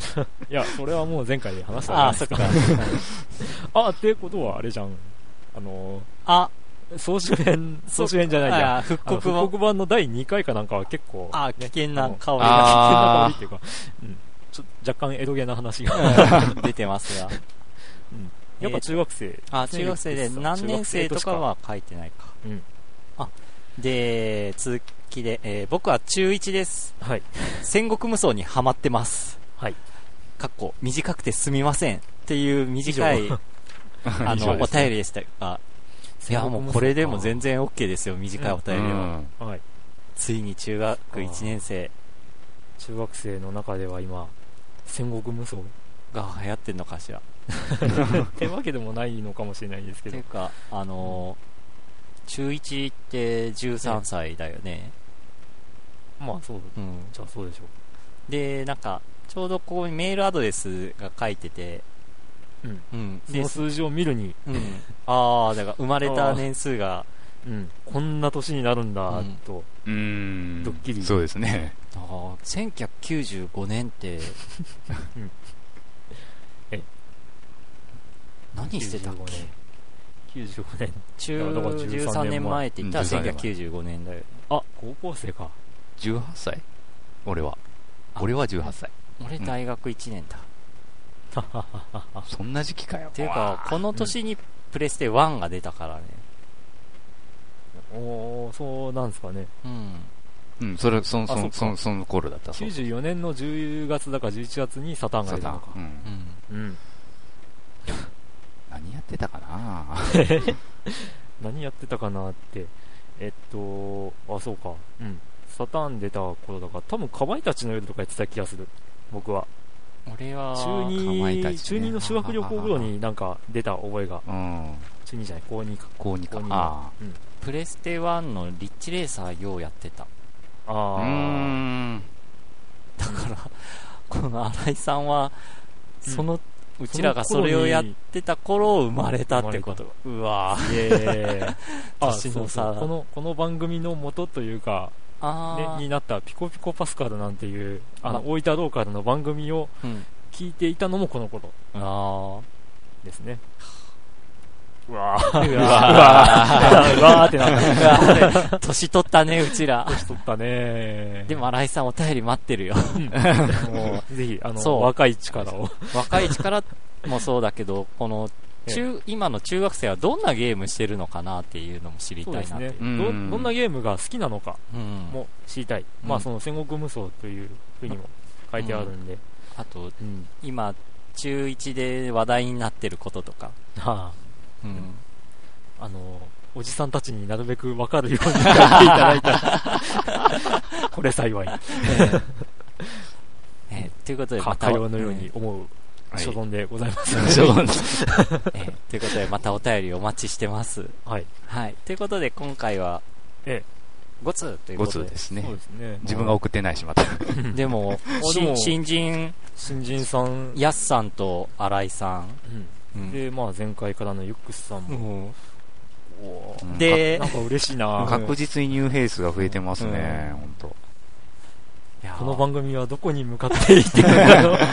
いや、それはもう前回で話したじゃないですか。あ、そっか。あ、ってことはあれじゃん。あのー、 あ、 総集編、総集編じゃないや。 復刻版。 復刻版のだいにかいかなんかは結構、ね、 あ、危険な香りが。危険な香りっていうか、うん、ちょ若干江戸ゲな話が出てますが。 うん、やっぱ中学生、ね。 あ、中学生で何年生とかは書いてないか。うん。あ、で、続きで、えー、僕は中いちです。はい。戦国無双にハマってます。はい。かっこ、短くてすみませんっていう短い、あの、お便りでしたが、いや、もうこれでも全然 OK ですよ、短いお便りは。うん、はい。ついに中学いちねん生。 中学生の中では今、戦国無双が流行ってんのかしら。 ってわけでもないのかもしれないですけど。 ていうか、あのー、中いちってじゅうさんさいだよね。 まあそう、うん、じゃあそうでしょう。で、なんか、ちょうどここにメールアドレスが書いてて、 うんうん、その数字を見るに、 うん、ああ、だから生まれた年数が、 うん、こんな年になるんだ、うん、と、 うーん、 ドッキリ。 そうですね。 ああ、せんきゅうひゃくきゅうじゅうごねんって、うん、え、何してたっけ？ きゅうじゅうごねん。 中じゅうさんねんまえって言ったらせんきゅうひゃくきゅうじゅうごねんだよ。 あ、高校生か。 じゅうはっさい？俺は。俺はじゅうはっさい。 俺大学いちねんだ。 そんな時期かよ。 っていうか、この年にプレステワンが出たからね。 うん、おー、そうなんですかね。 うん。うん、それ、その、その、その、その頃だったそう。 きゅうじゅうよねんのじゅうがつだかじゅういちがつにサターンが出たのか。うん。うん。うん、 何やってたかな何やってたかなって。えっと、あ、そうか。うん。サターン出た頃だから、多分、かまいたちの夜とかやってた気がする。僕は。 俺は中に、ね、中にの修学旅行頃になんか出た覚えが、うん、中にじゃない高にか高にか高にあ、 うん、プレステワンのリッチレーサーようやってた。 あー、うーん、 だからこの新井さんはその、うん、うちらがそれをやってた頃生まれたってこと。うわー年の差。 このこの番組の元というかね、になったピコピコパスカルなんていうあの大分ローカルの番組を聞いていたのもこの頃、うん、あですね。うわーうわーうわーってなった年取ったね、うちら。 年取ったね。 でも新井さんお便り待ってるよ。 もうぜひあの若い力を若い力もそうだけど、この中今の中学生はどんなゲームしてるのかなっていうのも知りたいなっていう。 そうですね、ど, どんなゲームが好きなのかも知りたい、うん、まあその戦国無双というふうにも書いてあるんで、うん、 あと、うん、今中いちで話題になってることとか、はあ、うん、 あのおじさんたちになるべく分かるように書いていただいたらこれ幸い、えーえー、ということでまたかようのように思う、所存でございます、ね。 所存です、えー。ということで、またお便りお待ちしてます。はい。はい。ということで、今回は、ええ、ご通ということで。 ご通ですね。そうですね。自分が送ってないしまった。 でも、新人、 新人さん、 やすさんと新井さん。 うん、で、まあ、前回からのユックスさんも。 うん、で、 なんか嬉しいな。 確実にニューフェイスが増えてますね、うん、本当。 この番組はどこに向かっていってるんだろう。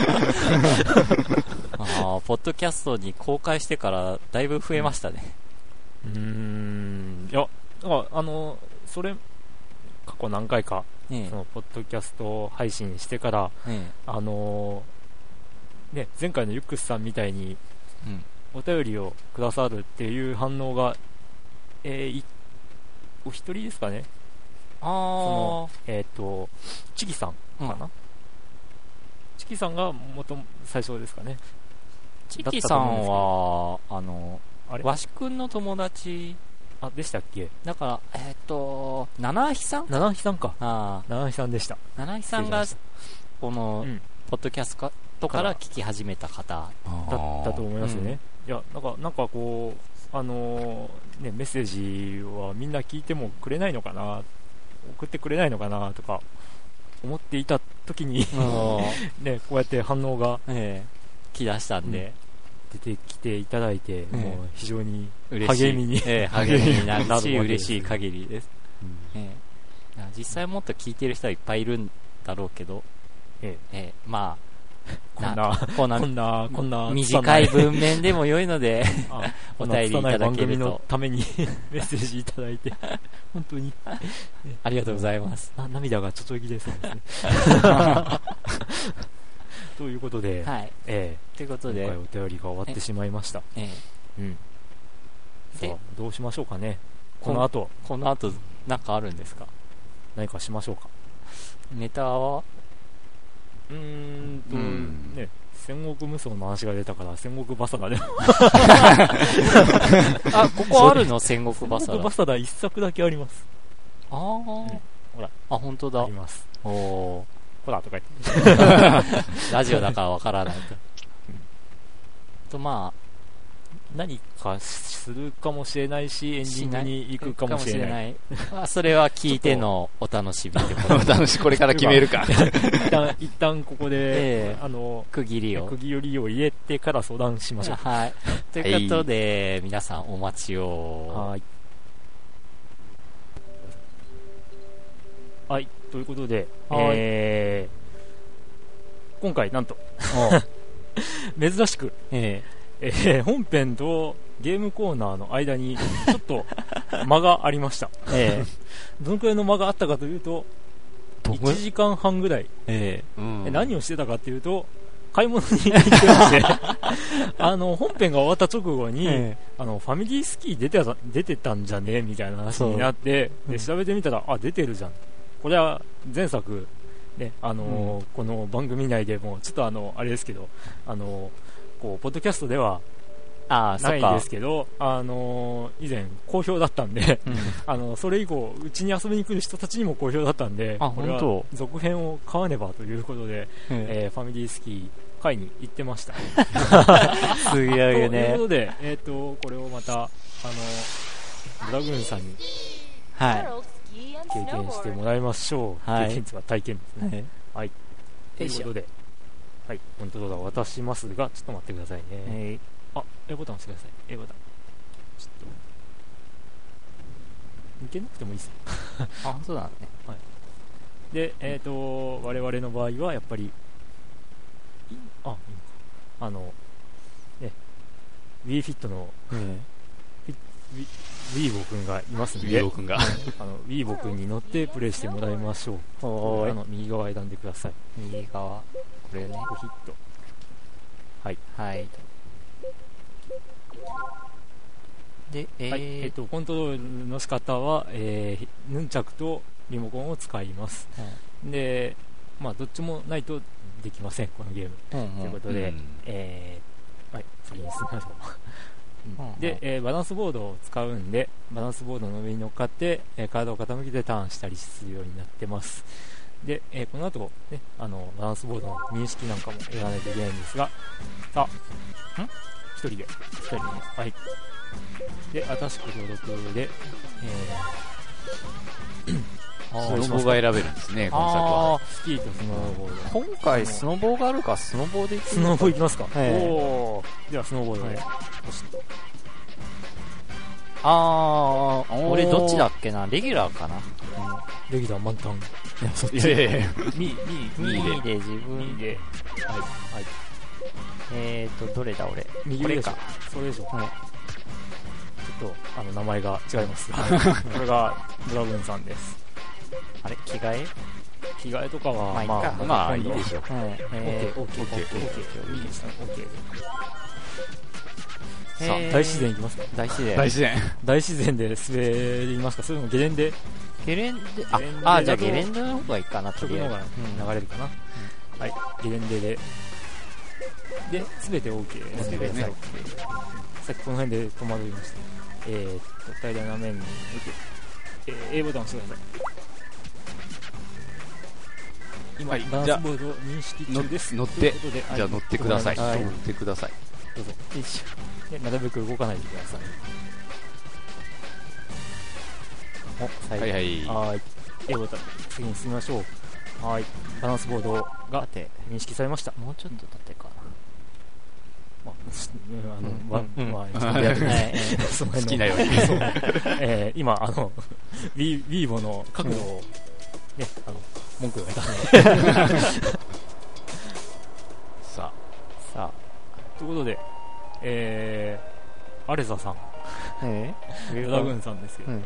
あ、ポッドキャストに公開してからだいぶ増えましたね。 うーん、いや、あ、あのそれ過去何回か、ね、そのポッドキャスト配信してから、ね、あのね、前回のユックスさんみたいに、うん、お便りをくださるっていう反応が、えー、いお一人ですかね。あそのえっ、ー、とチキさんかな、うん、チキさんが元最初ですかね。 チキさんはあのわしくんの友達あでしたっけ。 だからえっ、ー、と七ひさん七ひさんか。あ七ひさんでした。 七ひさんがこの、うん、ポッドキャストから聞き始めた方だったと思いますよね、うん、いやなんかなんかこうあのー、ねメッセージはみんな聞いてもくれないのかな、送ってくれないのかなとか思っていた時にね、こうやって反応が、 えー、来だしたんで、 うん、出てきていただいて、えー、もう非常に励みに、えー、励みになるし嬉しい限りです、うんえー、実際もっと聞いてる人はいっぱいいるんだろうけど、えーえー、まあこんな、こんな、こんな、こんな短い文面でも良いので、お便りいただけると。 番組のためにメッセージいただいて、本当に。 ありがとうございます。 な涙がちょちょぎれそうですね。ということで、 はい。 えー、ということで、 今回お便りが終わってしまいました。 えー、うん。さあ、どうしましょうかね。この後。 この後、なんかあるんですか？ 何かしましょうか。 ネタはうーんと、うん、ね、戦国無双の話が出たから、戦国バサダでも。 あ、ここあるの戦国バサダ。 戦国バサダ一作だけあります。 ああ、うん、ほら。あ、本当だ。 あります。 おー。 ほら、とか言って。 ラジオだからわからないと。うん、と、まあ、 何かするかもしれないし、エンディングに行くかもしれない。 まあ、それは聞いてのお楽しみってことお楽しみ、これから決めるか。 一旦、一旦ここで、 えー、 あの、 区切りを。 区切りを入れてから相談しましょう。 はい。ということで、はい、皆さんお待ちを。 はい。はい、ということで、えー、今回なんと、珍しく、えーえー、本編とゲームコーナーの間にちょっと間がありました、えー、どのくらいの間があったかというといちじかんはんぐらい、えーうん、何をしてたかというと買い物に行ってましてあの本編が終わった直後に、えー、あのファミリースキー出てた、出てたんじゃねみたいな話になって、で調べてみたら、あ、出てるじゃん、これは前作ね、あのーうん、この番組内でもちょっとあのあれですけど、あのーこうポッドキャストではないんですけど、あのー、以前好評だったんで、うん、あのそれ以降うちに遊びに来る人たちにも好評だったんで、 あ、 これは続編を買わねばということで、えー、ファミリースキー買いに行ってましたすげえね。 ということで、えー、とこれをまたあのドラグーンさんに、 はい、 経験してもらいましょう、はい、経験とは体験ですね、はい、はい、ということで、はい、コントローラー渡しますが、ちょっと待ってくださいね。えー、あ、A ボタン押してください。A ボタン。ちょっと。いけなくてもいいですよ。 あ、そうだね。 はい。で、えっ、ー、と、我々の場合は、やっぱり、あ、あの、ね、WeFit の、うん、ウィーボくんがいますんで、 ウィーボくんが、 あの、ウィーボくんに乗ってプレイしてもらいましょう。あの、右側選んでください。 右側。これね、 ヒット。はい。 はい。で、えー、はい、 えっと、コントロールの仕方は、えー、ヌンチャクとリモコンを使います。うん、で、まあ、どっちもないとできません、このゲーム。うんうん、ということで、うん、えー、はい、次に進みましょう。うん、で、えー、バランスボードを使うんで、バランスボードの上に乗っかって、えー、体を傾けてターンしたりするようになってます。で、えー、この後、ね、あのバランスボードの認識なんかもやらないといけないんですが、さあ、ん一人で、一人で、はい。で、新しく登録で、 えー、スノボが選べるんですね、今作は。 スキーとスノーボード。 今回、スノボがあるから、スノボで行くスノボ行きますか、 はい、 おー。では、スノーボードで、はい、 あー、俺どっちだっけな、レギュラーかな、うん、 レギュラー満タン。 いや、そっち。いやいやいや、 にいで自分で、はい、はい。 えーと、どれだ俺。 右上か。それでしょ。はい。ちょっと、あの、名前が違います。これが、ドラグーンさんです。 あれ着替え着替えとかは、 まあ、まあ、 まあ、いいでしょう。 はい。えー、オッケー、オッケー、オッケー。いいですね、オッケー。さあ、大自然行きますか。 大自然。 大自然。 大自然で滑りますか。それともゲレンデ。 ゲレンデ、あ、あ、じゃあゲレンデの方がいいかな、 曲の方が流れるかな。はい、ゲレンデで。で、すべて OK ですね。さっきこの辺で戸惑いました。えーっと、大体斜めに向け、えー、A ボタンを押してください。今、はい、バランスボード認識中です。 乗って、じゃあ乗ってください。乗ってください。 どうぞ。よいしょ。で、なるべく動かないでください。お、最後。 はいはい。 はい。A ボタン、次に進みましょう。はい。バランスボードが認識されました。 もうちょっと縦かな。 まあ、あの、うん、まあ、まあ、ちょっとやってください。 好きなように。 えー、今、あの、ウィーボの角度を、ね、あの、文句が言われた。 いうことで、えー、アレザさん、 えー、ドラグーンさんですけど、うん、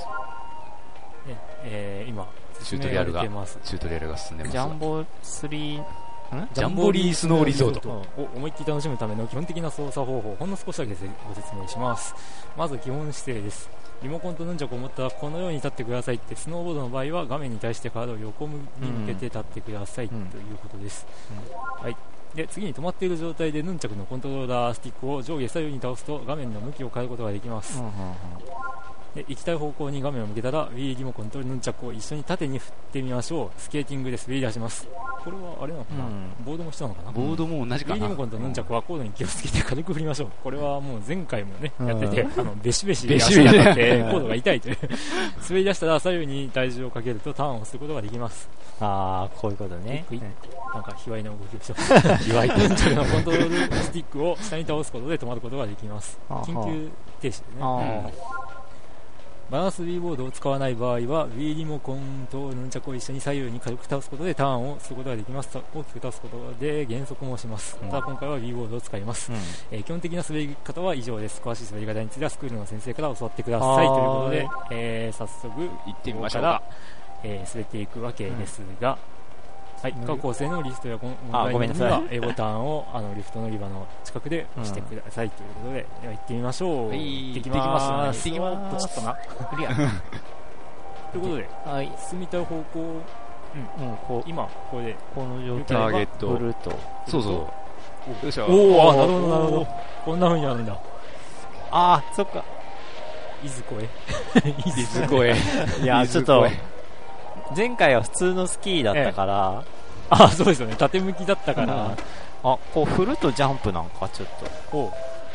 えー、今チュートリアルがチュートリアルが進んでます。 ジャンボスリージャンボリースノーリゾートを思いっきり楽しむための基本的な操作方法をほんの少しだけご説明します。まず基本姿勢です。リモコンとヌンチャクを持ったらこのように立ってくださいって、スノーボードの場合は画面に対して体を横に向けて立ってください、うん、ということです、うん、はい。で次に止まっている状態でヌンチャクのコントローラースティックを上下左右に倒すと画面の向きを変えることができます、うんうんうん。で行きたい方向に画面を向けたら Wii リモコンとヌンチャクを一緒に縦に振ってみましょう。スケーティングで滑り出します。これはあれなのかな、うん、ボードも一緒なのかな。 ボードも同じかな。 Wii リモコンとヌンチャクはコードに気をつけて軽く振りましょう。これはもう前回もね、うん、やってて、あのベシベシ足が当たってコードが痛いという滑り出したら左右に体重をかけるとターンをすることができます。 ああ、こういうことね。 なんか卑猥な動きをしてます卑猥ヌンチャクのコントロールスティックを下に倒すことで止まることができます。緊急停止でね。バランス Wii ボードを使わない場合は Wii リモコンとヌンチャクを一緒に左右に軽く倒すことでターンをすることができます。大きく倒すことで減速もします、うん、ただ今回は Wii ボードを使います、うん。えー、基本的な滑り方は以上です。詳しい滑り方についてはスクールの先生から教わってくださいということで、えー、早速行ってみましょうか。えー、滑っていくわけですが、うん、はい、各構成のリストや問題には A ボタンをあのリフト乗り場の近くで押してください、うん、ということで、では行ってみましょう。はい、行ってきます。行ってきます。ポチッとな。クリア。ということで、はい、進みたい方向、うん、うん、こう今ここでこの状態は振ると、 そうそう。 よいしょ。おお、なるほどなるほど。こんな風になるんだ。 ああ、そっか。 いずこへ。 いずこへ。 いやちょっと。前回は普通のスキーだったから、 ええ、あ、そうですよね、縦向きだったから、うん、 あ、こう振るとジャンプなんかちょっと、 おう、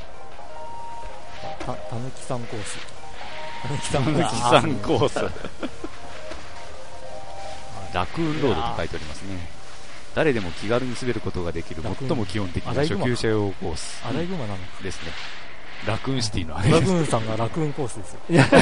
た、たぬきさんコース、 たぬきさんコースラクーンロードと書いておりますね。誰でも気軽に滑ることができる最も基本的な初級者用コース、 アライグマなのですね。ラクーンシティのあれです。ラクーンさんがラクーンコースですよ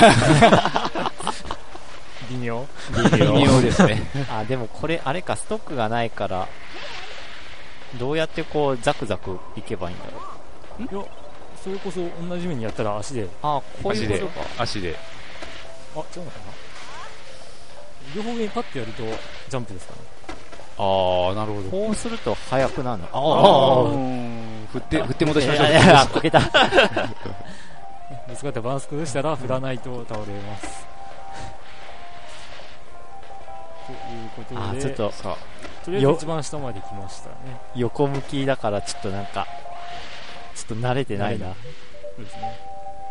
微妙微妙ですねあ、でもこれあれか、ストックがないからどうやってこうザクザクいけばいいんだろう。いや、それこそ同じようにやったら足で、 あ、こういうことか。 足で、 あ、違うのかな。両方上にパッてやるとジャンプですかね。 ああ、なるほど。 こうすると速くなるの。ああ、振って振って戻しましょう。いやいや、こけたぶつかってバランス崩したら振らないと倒れますということで、 あ、ちょっとさあ、とりあえず一番下まで来ましたね。 横向きだからちょっとなんかちょっと慣れてないな。 そうですね。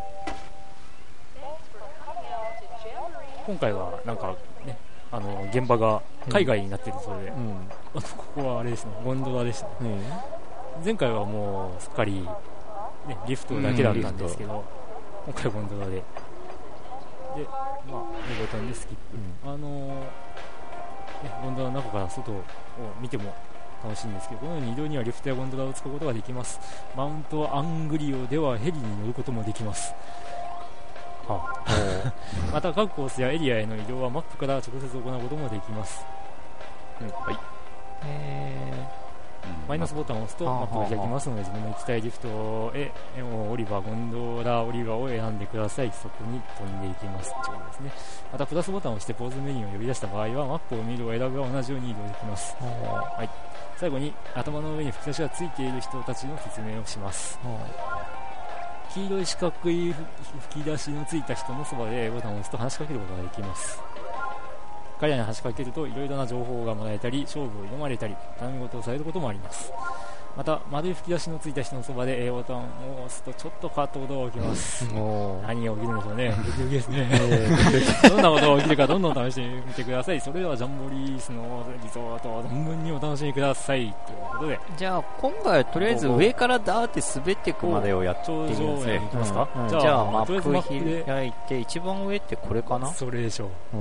今回はなんかね、あの現場が海外になっているそうで、うん、あとここはあれですね、ゴンドラでしたね、うん、前回はもうすっかり、ね、リフトだけだったんですけど、うん、今回はゴンドラで、で、まあ、見事にスキップ、うん、あのーね、ゴンドラの中から外を見ても楽しいんですけど、このように移動にはリフトやゴンドラを使うことができます。マウントアングリオではヘリに乗ることもできます。はあ、また各コースやエリアへの移動はマップから直接行うこともできます、うん、はい、えー、マイナスボタンを押すとマップが開きますので、自分の行きたいリフトへオリバー、ゴンドラ、オリバーを選んでください。そこに飛んでいきますということですね。またプラスボタンを押してポーズメニューを呼び出した場合はマップを見るを選べば同じように移動できます、はい、最後に頭の上に吹き出しがついている人たちの説明をします。黄色い四角い吹き出しのついた人のそばでボタンを押すと話しかけることができます。彼らに話しかけるといろいろな情報がもらえたり、勝負を挑まれたり、頼み事をされることもあります。また丸い吹き出しのついた人のそばで A ボタンを押すとちょっと変わったことが起きます。何が起きるんでしょうね。ドキドキですねどんなことが起きるかどんどん試してみてください。それではジャンボリースのリゾートを存分にお楽しみくださいということで、 じゃあ今回はとりあえず上からダーって滑っていくまでをやってみますね。 いきますか、 うんうん、じゃあマップ開いて一番上ってこれかな。 それでしょう、うん、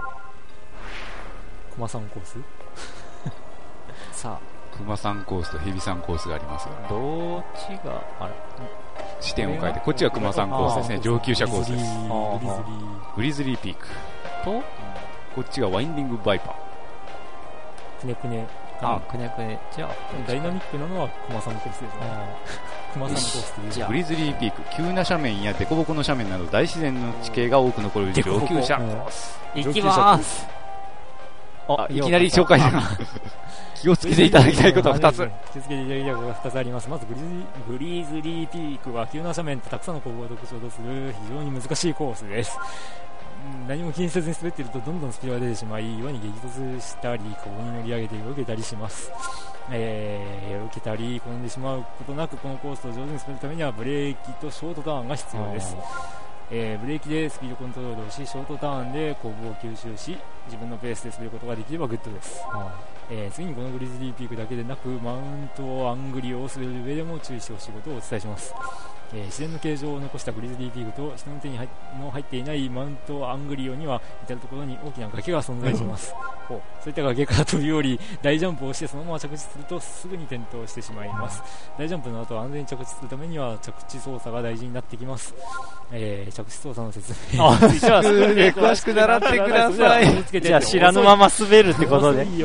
駒さんコースさあ熊さんコースとヘビさんコースがありますよ、ね、 どっちがあれ視点を変えて、こっちが熊さんコースですね。上級者コースです。グリズリーピークと、こっちがワインディングバイパー、 くねくねあ、くねくね。じゃあ、 ダイナミックなのは駒さんコースですね。駒さんコースっていう。 グリズリーピーク、急な斜面や凸凹の斜面など大自然の地形が多く残る上級者コース。 行きまーす。 あ、いきなり紹介した気をつけていただきたいことはふたつ。 気をつけていただきたいことがふたつあります。まずグリズリー、グリズリーピークは急な斜面とたくさんのコブを特徴とする非常に難しいコースです。何も気にせずに滑っているとどんどんスピードが出てしまい、岩に激突したりコブに乗り上げて受けたりします。えー、受けたり転んでしまうことなくこのコースを上手に滑るためにはブレーキとショートターンが必要です。えー、ブレーキでスピードコントロールをし、ショートターンでコブを吸収し、自分のペースで滑ることができればグッドです。えー、次にこのグリズリーピークだけでなくマウントアングリオを滑る上でも注意してほしいことをお伝えします。えー、自然の形状を残したグリズリーピークと人の手に入の入っていないマウントアングリオには至るところに大きな崖が存在します。そういった崖から飛び降り大ジャンプをしてそのまま着地するとすぐに転倒してしまいます。大ジャンプの後安全に着地するためには着地操作が大事になってきます。えー、着地操作の説明あ、じゃあ詳しく習ってください。 じゃあ知らぬまま滑るってことで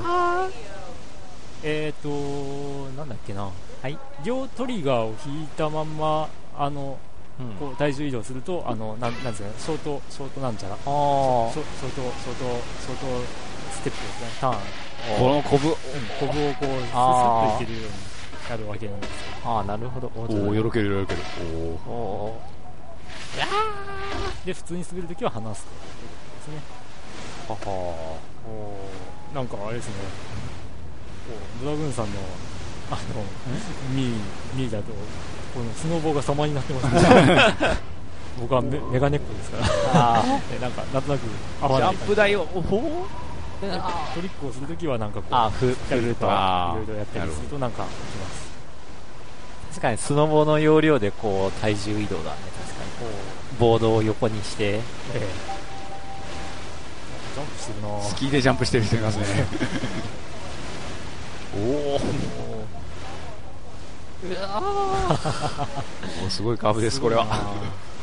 えーとなんだっけな、はい、両トリガーを引いたまんまあの、うん、こう体重移動するとあのなんなんですかね、ショートショートなんちゃら、あショショートショートショートステップですね、ターン、 このコブ、うん、 コブをこうスッといけるようになるわけなんです。 ああ、なるほど。 おお、よろけるよろける。おおで普通に滑るときは離すということですね。ははおなんかあれですね、ドラグーンさんのあのミーミーだとこのスノボーが様になってますね。僕は メ, メガネっ子ですからあなんかなんとなく合わないジャンプ台をおほトリックをするときはなんかこうあ振るといろいろやったりするとなんかきます。 確かにスノボの要領でこう体重移動だね。確かにボードを横にして、ええ、 ジャンプしてるな。 スキーでジャンプしてる人いますね。おお、うわおすごいカーブです。これはこの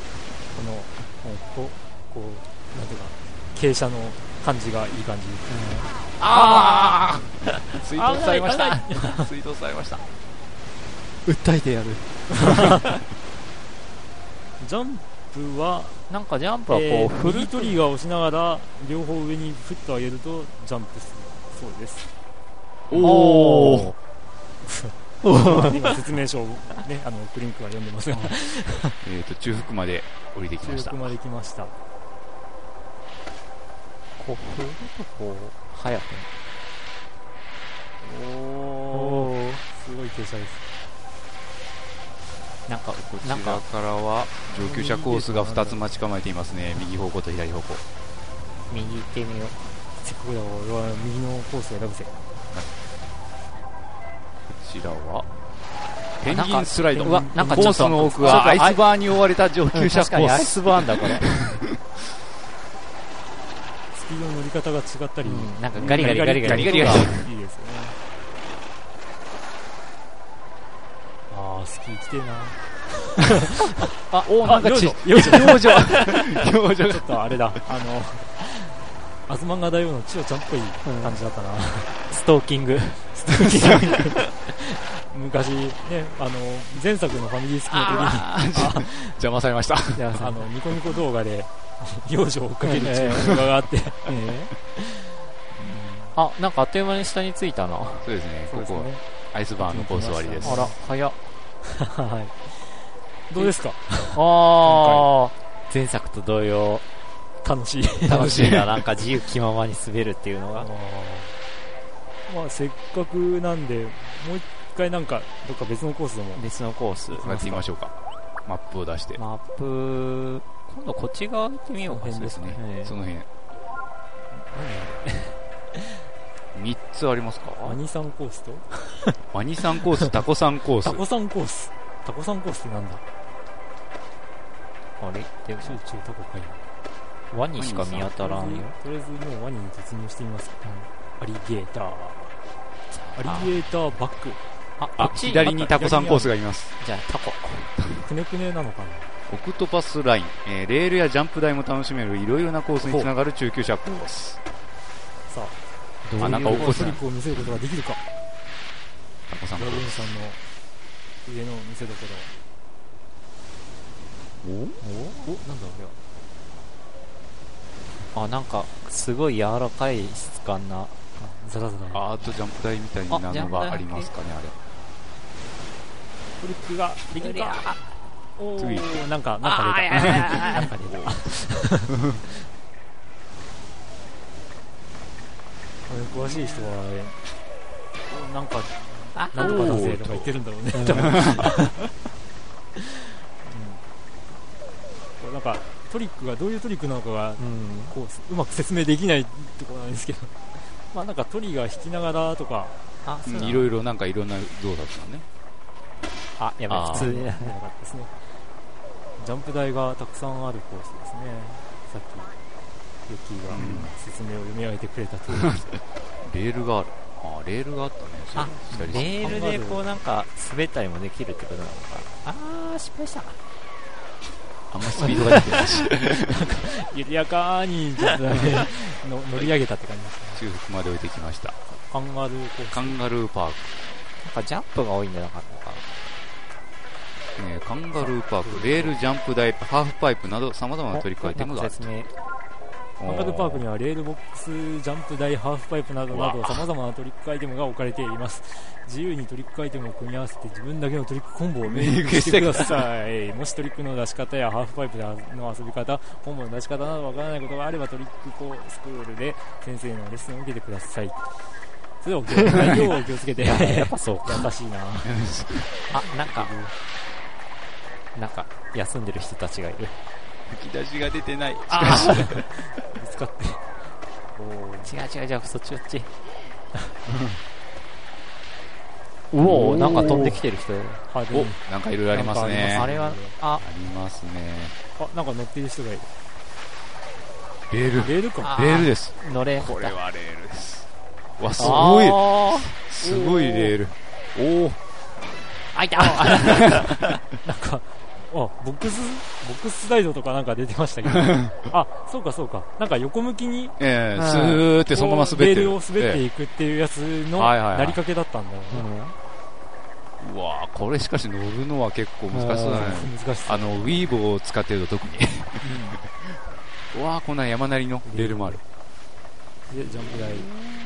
こうこうなんていうか傾斜の感じがいい感じ、うん、 ああ追突されました追突されました訴えてやるジャンプはなんかジャンプはこう、 えー、フルトリガーを押しながら両方上にフッと上げるとジャンプするそうです。 おお今説明書をね、あのクリンクは読んでますがえっと中腹まで降りてきました。 中腹まで来ました。 こう振るとこう早くおおすごい傾斜です。 なんかこちらからは上級者コースがふたつ待ち構えていますね。右方向と左方向。 右行ってみよう。 せっかくだから俺は右のコースを選ぶぜ。こちらはペンギンスライド。 なんかコースの奥はアイスバーに覆われた上級者コース。 確かにアイスバーンだこれ。 スピードの乗り方が違ったり、うん、 なんかガリガリガリガリガリガリいいですよね。あースキー来てえな。 あおーなんかち表情表情表情ちょっとあれだ、あのアズマンガ大王の千代ちゃんっぽい感じだったな、うん、 ストーキングストーキング昔ね、あの前作のファミリースキーの時に邪魔されました。 あのニコニコ動画で幼女を追っかけるっていう動画があって、えーえー、あなんかあっという間に下に着いたな。 そうですね、ここはアイスバーンのコース終わりです。 あら早っはい、どうですか。 あ前作と同様楽しい楽しいな。なんか自由気ままに滑るっていうのがまあせっかくなんでもう一回なんかどっか別のコースでも別のコースやってみましょうか。マップを出してマップ今度こっち側行ってみようか。 そうですね、えー、その辺みっつありますか。 ワニさんコースとワニさんコース、タコさんコース。 タコさんコースタコさんコースってなんだ。 あれでも集中タコかい。 ワニしか見当たらんよ。 とりあえずもうワニに突入してみますか、うん、アリゲーターアリゲーターバック。 ああ左にタコさんコースがいます。 じゃあタコくねくねなのかな。 オクトパスライン、えー、レールやジャンプ台も楽しめるいろいろなコースにつながる中級者コース。 さあどういうあ、なんか起こすトリックを見せることができるか。 タコさんドラゴンさんの上の見せ所。 おおお、なんだこれは。 あ、なんかすごい柔らかい質感なザラザラ。 アートジャンプ台みたいなのがありますかね、あれ。 トリックができるか。おトゥイー、なんか、なんか出た。なんか出た。詳しい人は、なんか、なんとかだぜとか言ってるんだろうね。多分うん、なんか、トリックがどういうトリックなのかが、こう、うまく説明できないところなんですけど、まあなんかトリガー引きながらとか、 あ、そういろいろなんかいろんな動作がね。 あ、やばい、普通に。 なかったですね。ジャンプ台がたくさんあるコースですね。さっき、ヨッキーが説明を読み上げてくれた通り、うん、 レールがある。あ、レールがあったね。 あ、レールでこうなんか滑ったりもできるってことなのか。あー、失敗した。 あんまりスピードが出てないし。なんか、 緩やかにジャンプ台での乗り上げたって感じですね。 中腹まで置いてきました。 カンガルーコース。 カンガルーパーク。 なんかジャンプが多いんじゃなかったのか。 ね、カンガルーパーク、レール、ジャンプ台、ハーフパイプなど様々なトリックアイテムがある。 カンガルーパークにはレールボックス、ジャンプ台、ハーフパイプなどなど様々なトリックアイテムが置かれています。自由にトリックアイテムを組み合わせて自分だけのトリックコンボをメイクしてください。もしトリックの出し方やハーフパイプの遊び方、コンボの出し方などわからないことがあればトリックコースクールで先生のレッスンを受けてください。それを内容を気をつけて。やっぱそうか。優しいな。 あ、なんか、なんか休んでる人たちがいる。 吹き出しが出てない。 ああ見つかって。 違う違う違う、そっちそっち。うおー、なんか飛んできてる人。 お、なんかいろいろありますね。 あれは、あ、 ありますね。 あ、なんか乗ってる人がいる。 レール。 レールか。 レールです。 乗れ。 これはレールです。わ、すごい。すごいレール。おお。 あいた。 なんか。あ、ボックス、ボックススライドとかなんか出てましたけど。あ、そうかそうか。なんか横向きに、 ええー、スーってそのまま滑ってる。 レールを滑っていくっていうやつのなりかけだったんだよね。 うわぁ、これしかし乗るのは結構難しそうだね。難しそう。あの、ウィーボを使ってると特に。うわぁ、こんな山なりのレールもある。 で、ジャンプ台。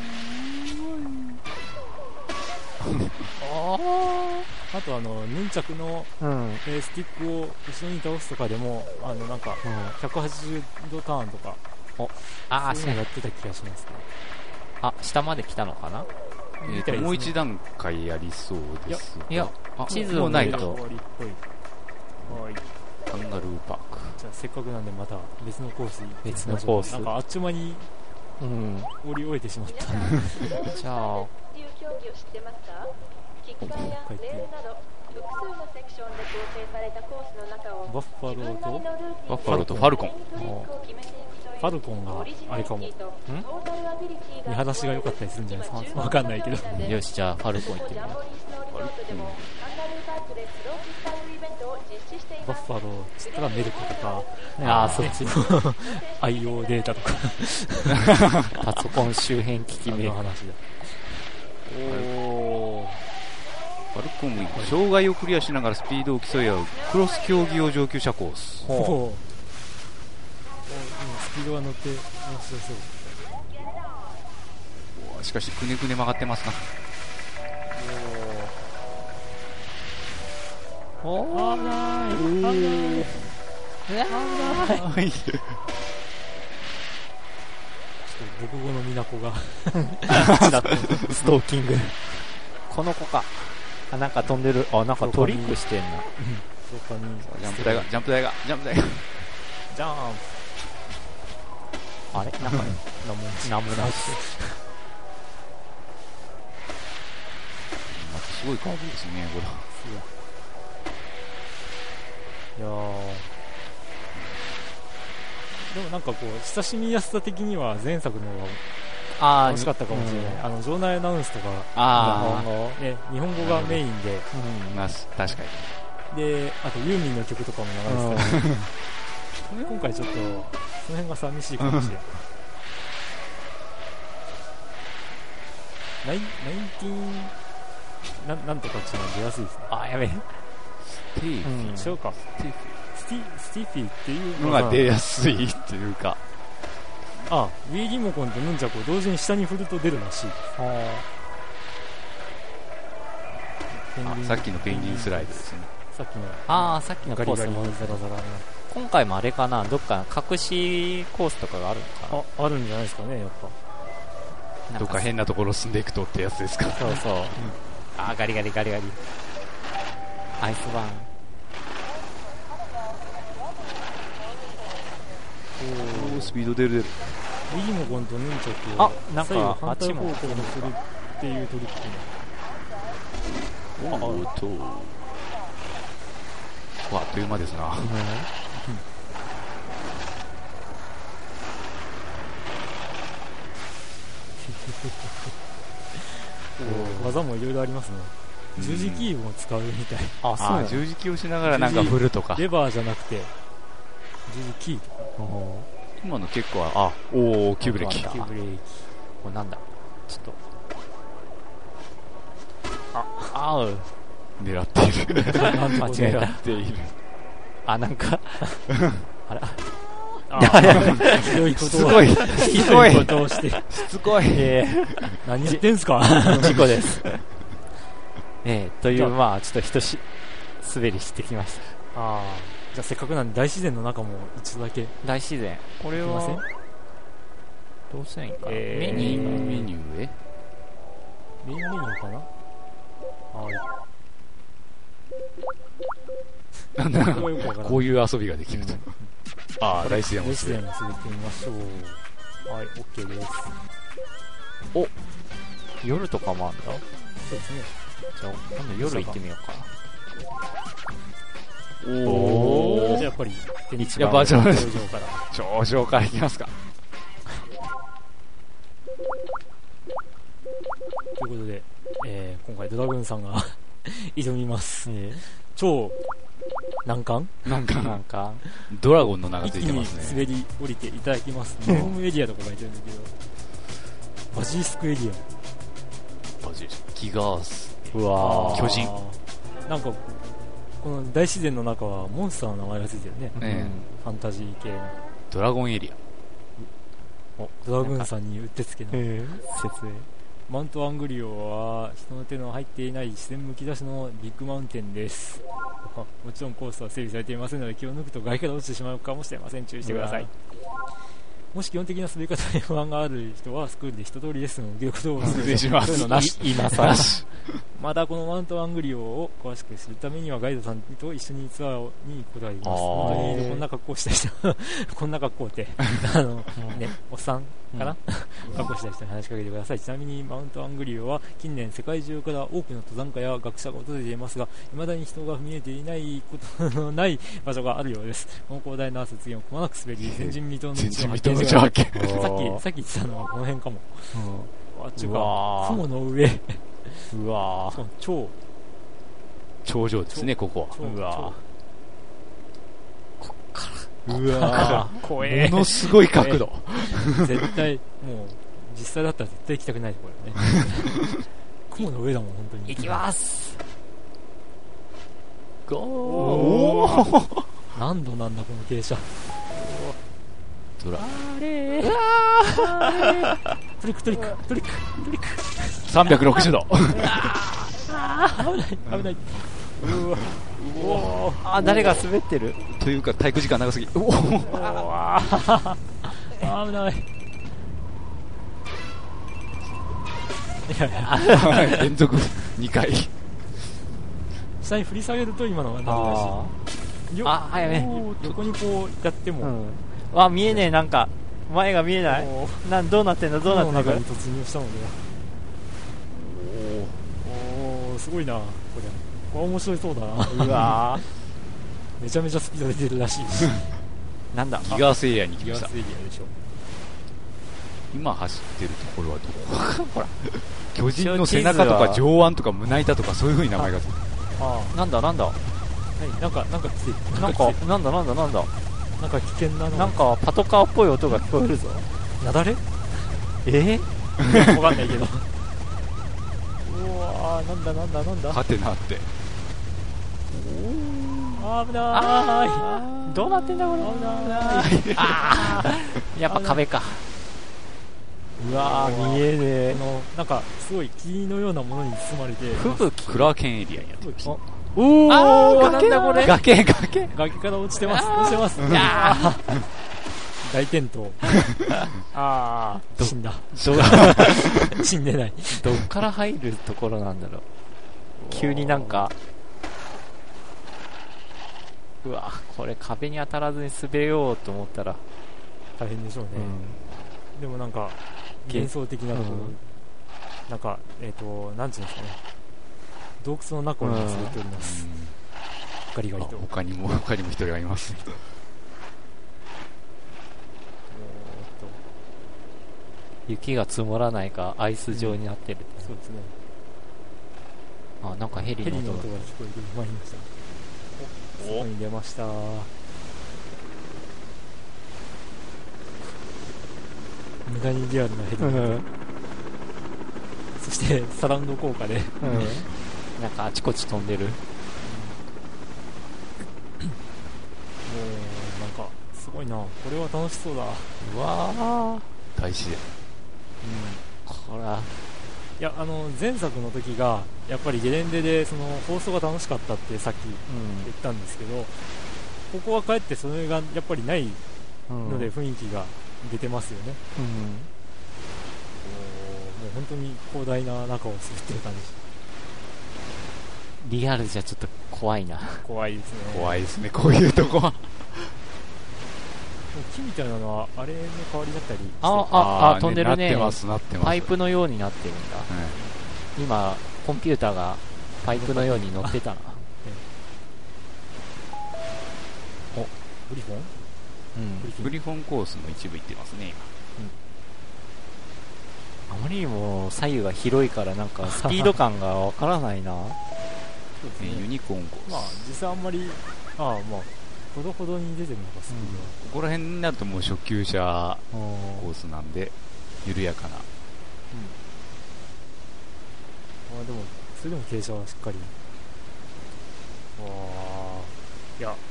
ああとあのヌンチャクの、うんえー、スティックを後ろに倒すとかでもあのなんか、うん、ひゃくはちじゅうどターンとかおあそういうのやってた気がしますね。 あ、下まで来たのかな。 えーと、もう一段階やりそうですが。 いや、地図を見ると終わりっぽい。はい。 カンガルーパーク。 じゃあせっかくなんでまた別のコース別のコースなんかあっちゅう間に、うん、降り終えてしまった。 じゃあ。 バッファローとバッファローとファルコン。 ファルコンがあれかも。ん？見晴らしが良かったりするんじゃないですか。わかんないけど。 よし、じゃあファルコン行ってみよう。ファルコン。 バッファローつったらメルコとか。 ああ、そっち。 アイオー データとか。 パソコン周辺機器名の話だ。おー。 ファルコン、障害をクリアしながらスピードを競い合うクロス競技用上級者コース。 ほう。スピードが乗って面白そう。 しかしくねくね曲がってますな。 おー、危ない。危ない。危ない。 ちょっと僕語のみなこがストーキング。この子か。あ、なんか飛んでる。あ、なんかトリックしてんな。 ジャンプ台が、ジャンプ台が、ジャンプ台が。 ジャンプ。 あれなんか、なんもないし。 すごいカーブですね、これ。 いやー。でもなんかこう、親しみやすさ的には前作の方が楽しかったかもしれない。あの、場内アナウンスとか、 あーね、日本語がメインで。 うん、まあ、確かに。で、あとユーミンの曲とかも流れてた。今回ちょっと、その辺が寂しいかもしれない。 ナインティーンななんとかっていうのが出やすいですね。 あ、やべえ。 スティーフィうん、違うか。スティスティスティフィっていうのが出やすいっていうか、 あ、ウィーリモコンとヌンチャクを同時に下に振ると出るらしい。 あさっきのペンギンスライドですね。 さっきのああ、さっきのコースもガリガリザラザラの今回もあれかな、どっか隠しコースとかがあるのかな。 あ、あるんじゃないですかね、やっぱ。 どっか変なところ進んでいくとってやつですか。 そうそう、うん、あーガリガリガリガリアイスバーン。 おースピード出る出る。 ウィリモコンとヌンチャクをあなんか左右反あっちも対方向に振るっていうトリックおーっとあっという間ですな。 技もいろいろありますね。十字キーも使うみたい。 あ、そうあ十字キーをしながらなんか振るとか。 レバーじゃなくて十字キーとか。 今の結構あおお急ブレーキ。 急ブレーキ。 これなんだちょっとああう狙っている。 間違え狙っている。 あなんかあらひどいことをすごいひどいことをしてしつこい。 えー、 何言ってんすか。 事故です。えー、というまあちょっとひとし滑りしてきました。 ああ、じゃあせっかくなんで大自然の中も一度だけ。 大自然これはどうしたらいいんかな、 えー、 メニューメニューへメインメニューかな。はいこういう遊びができると。ああ大自然大も自然を滑ってみましょう。はい、 OK です。 お夜とかもあるんだ。 そうですね。 じゃあ今度夜行ってみようか。 おおじゃあやっぱりやっぱ頂上から頂上から行きますか。 ということで、えー、今回ドラグーンさんが挑みます、ね、超難関難関なんかドラゴンの名がついてますね。 一気に滑り降りていただきます。ホームエリアとか書いてるんだけどバジリスクエリアバジリスクギガースうわ巨人なんかこの大自然の中はモンスターの名前がついてるね、 ねファンタジー系のドラゴンエリおドラグーンさんにうってつけの説明。マウントアングリオは人の手の入っていない自然むき出しのビッグマウンテンです。もちろんコースは整備されていませんので気を抜くと崖から落ちてしまうかもしれません。注意してください。もし基本的な滑り方に不安がある人はスクールで一通りレッスンを受けることを失礼します。 そういうのなし今さらまたこのマウントアングリオを詳しく知るためにはガイドさんと一緒にツアーに行くことができます。本当にこんな格好した人こんな格好ってあの、ね、おっさんかな、うん、格好した人に話しかけてください。ちなみにマウントアングリオは近年世界中から多くの登山家や学者が訪れていますが未だに人が踏み入れていないことのない場所があるようです。この広大な雪原をくまなく滑り前人未到の道を発見してください。さっきさっき言ってたのはこの辺かも、うん、あっちゅうか雲の上うわー超頂上ですねここは。 うわこっからうわー怖えものすごい角度絶対もう実際だったら絶対行きたくないところね雲の上だもん本当に。 行きますゴー何度なんだこの傾斜。 ドラあれートリックトリックトリックトリックさんびゃくろくじゅうどあー危ない危ない。うわうわあ誰が滑ってるというか体育時間長すぎ。うおあー危ない。いやいや連続にかい下に振り下げると今のがなるらしい。よあやべえ横にこうやっても、 うんわ見えねえなんか前が見えないなんどうなってんだどうなってんだ中に突入したのでおおすごいなこれ。これ面白いそうだな。 うわめちゃめちゃスピード出てるらしいしなんだギガースエリアに来ました。 ギガースエリアでしょ。 今走ってるところはどこほら巨人の背中とか上腕とか胸板とかそういう風に名前がついてる。 ああなんだなんだ何なんかなんか来てるなんかなんだなんだなんだなんか危険なのなんかパトカーっぽい音が聞こえるぞ。 なだれえー、わかんないけどー、なんだなんだなんだ。 はてなって。 あー、危なーい。 どうなってんだこれ。 危なーい。 あーやっぱ壁か。うわー、見えねえ。 のなんかすごい霧のようなものに包まれて、 吹雪。 クラーケンエリアになってます。 おー、 あー、 なんだこれ。 崖、崖。 崖から落ちてます。落ちてます。いやー大転倒。あー、死んだ。死んでない。 どっから入るところなんだろう。急になんか、うわ、これ壁に当たらずに滑れようと思ったら大変でしょうね。うん、でもなんか、幻想的なところ、うん、なんか、えっ、ー、と、なんていうんですかね。洞窟の中に滑っております。うん、ガリガリと。 他にも、他にも一人がいます。 雪が積もらないかアイス状になってる、 うん、そうですね。 あ、なんかヘリの音が聞こえてまいりました。お、外に出ました。無駄にリアルなヘリの音、うん、そしてサラウンド効果で、うん、 なんかあちこち飛んでる、うん、もうなんかすごいな、これは楽しそうだ。 うわー、 大自然。 うん、これはいや、あの前作の時がやっぱりゲレンデでその放送が楽しかったってさっき言ったんですけど、うん、ここはかえってそれがやっぱりないので雰囲気が出てますよね。うん、もう本当に広大な中を滑ってる感じ。リアルじゃちょっと怖いな。 怖いですね。 怖いですね、こういうとこは。 木みたいなのはあれの代わりだったりして、 あああ飛んでるね。 なってますなってます。 パイプのようになってるんだ、はい、今コンピューターがパイプのように乗ってたな。 お、グリフォン、 うん、グリフォンコースの一部行ってますね今、うん、あまりにも左右が広いからなんかスピード感がわからないな。 そうですね、ユニコーンコース、 まあ実際あんまり、ああまあほどほどに出てるのか、スピードは、うん、 ここら辺になるともう初級者コースなんで緩やかな、うん、 あでもそれでも傾斜はしっかり、あいや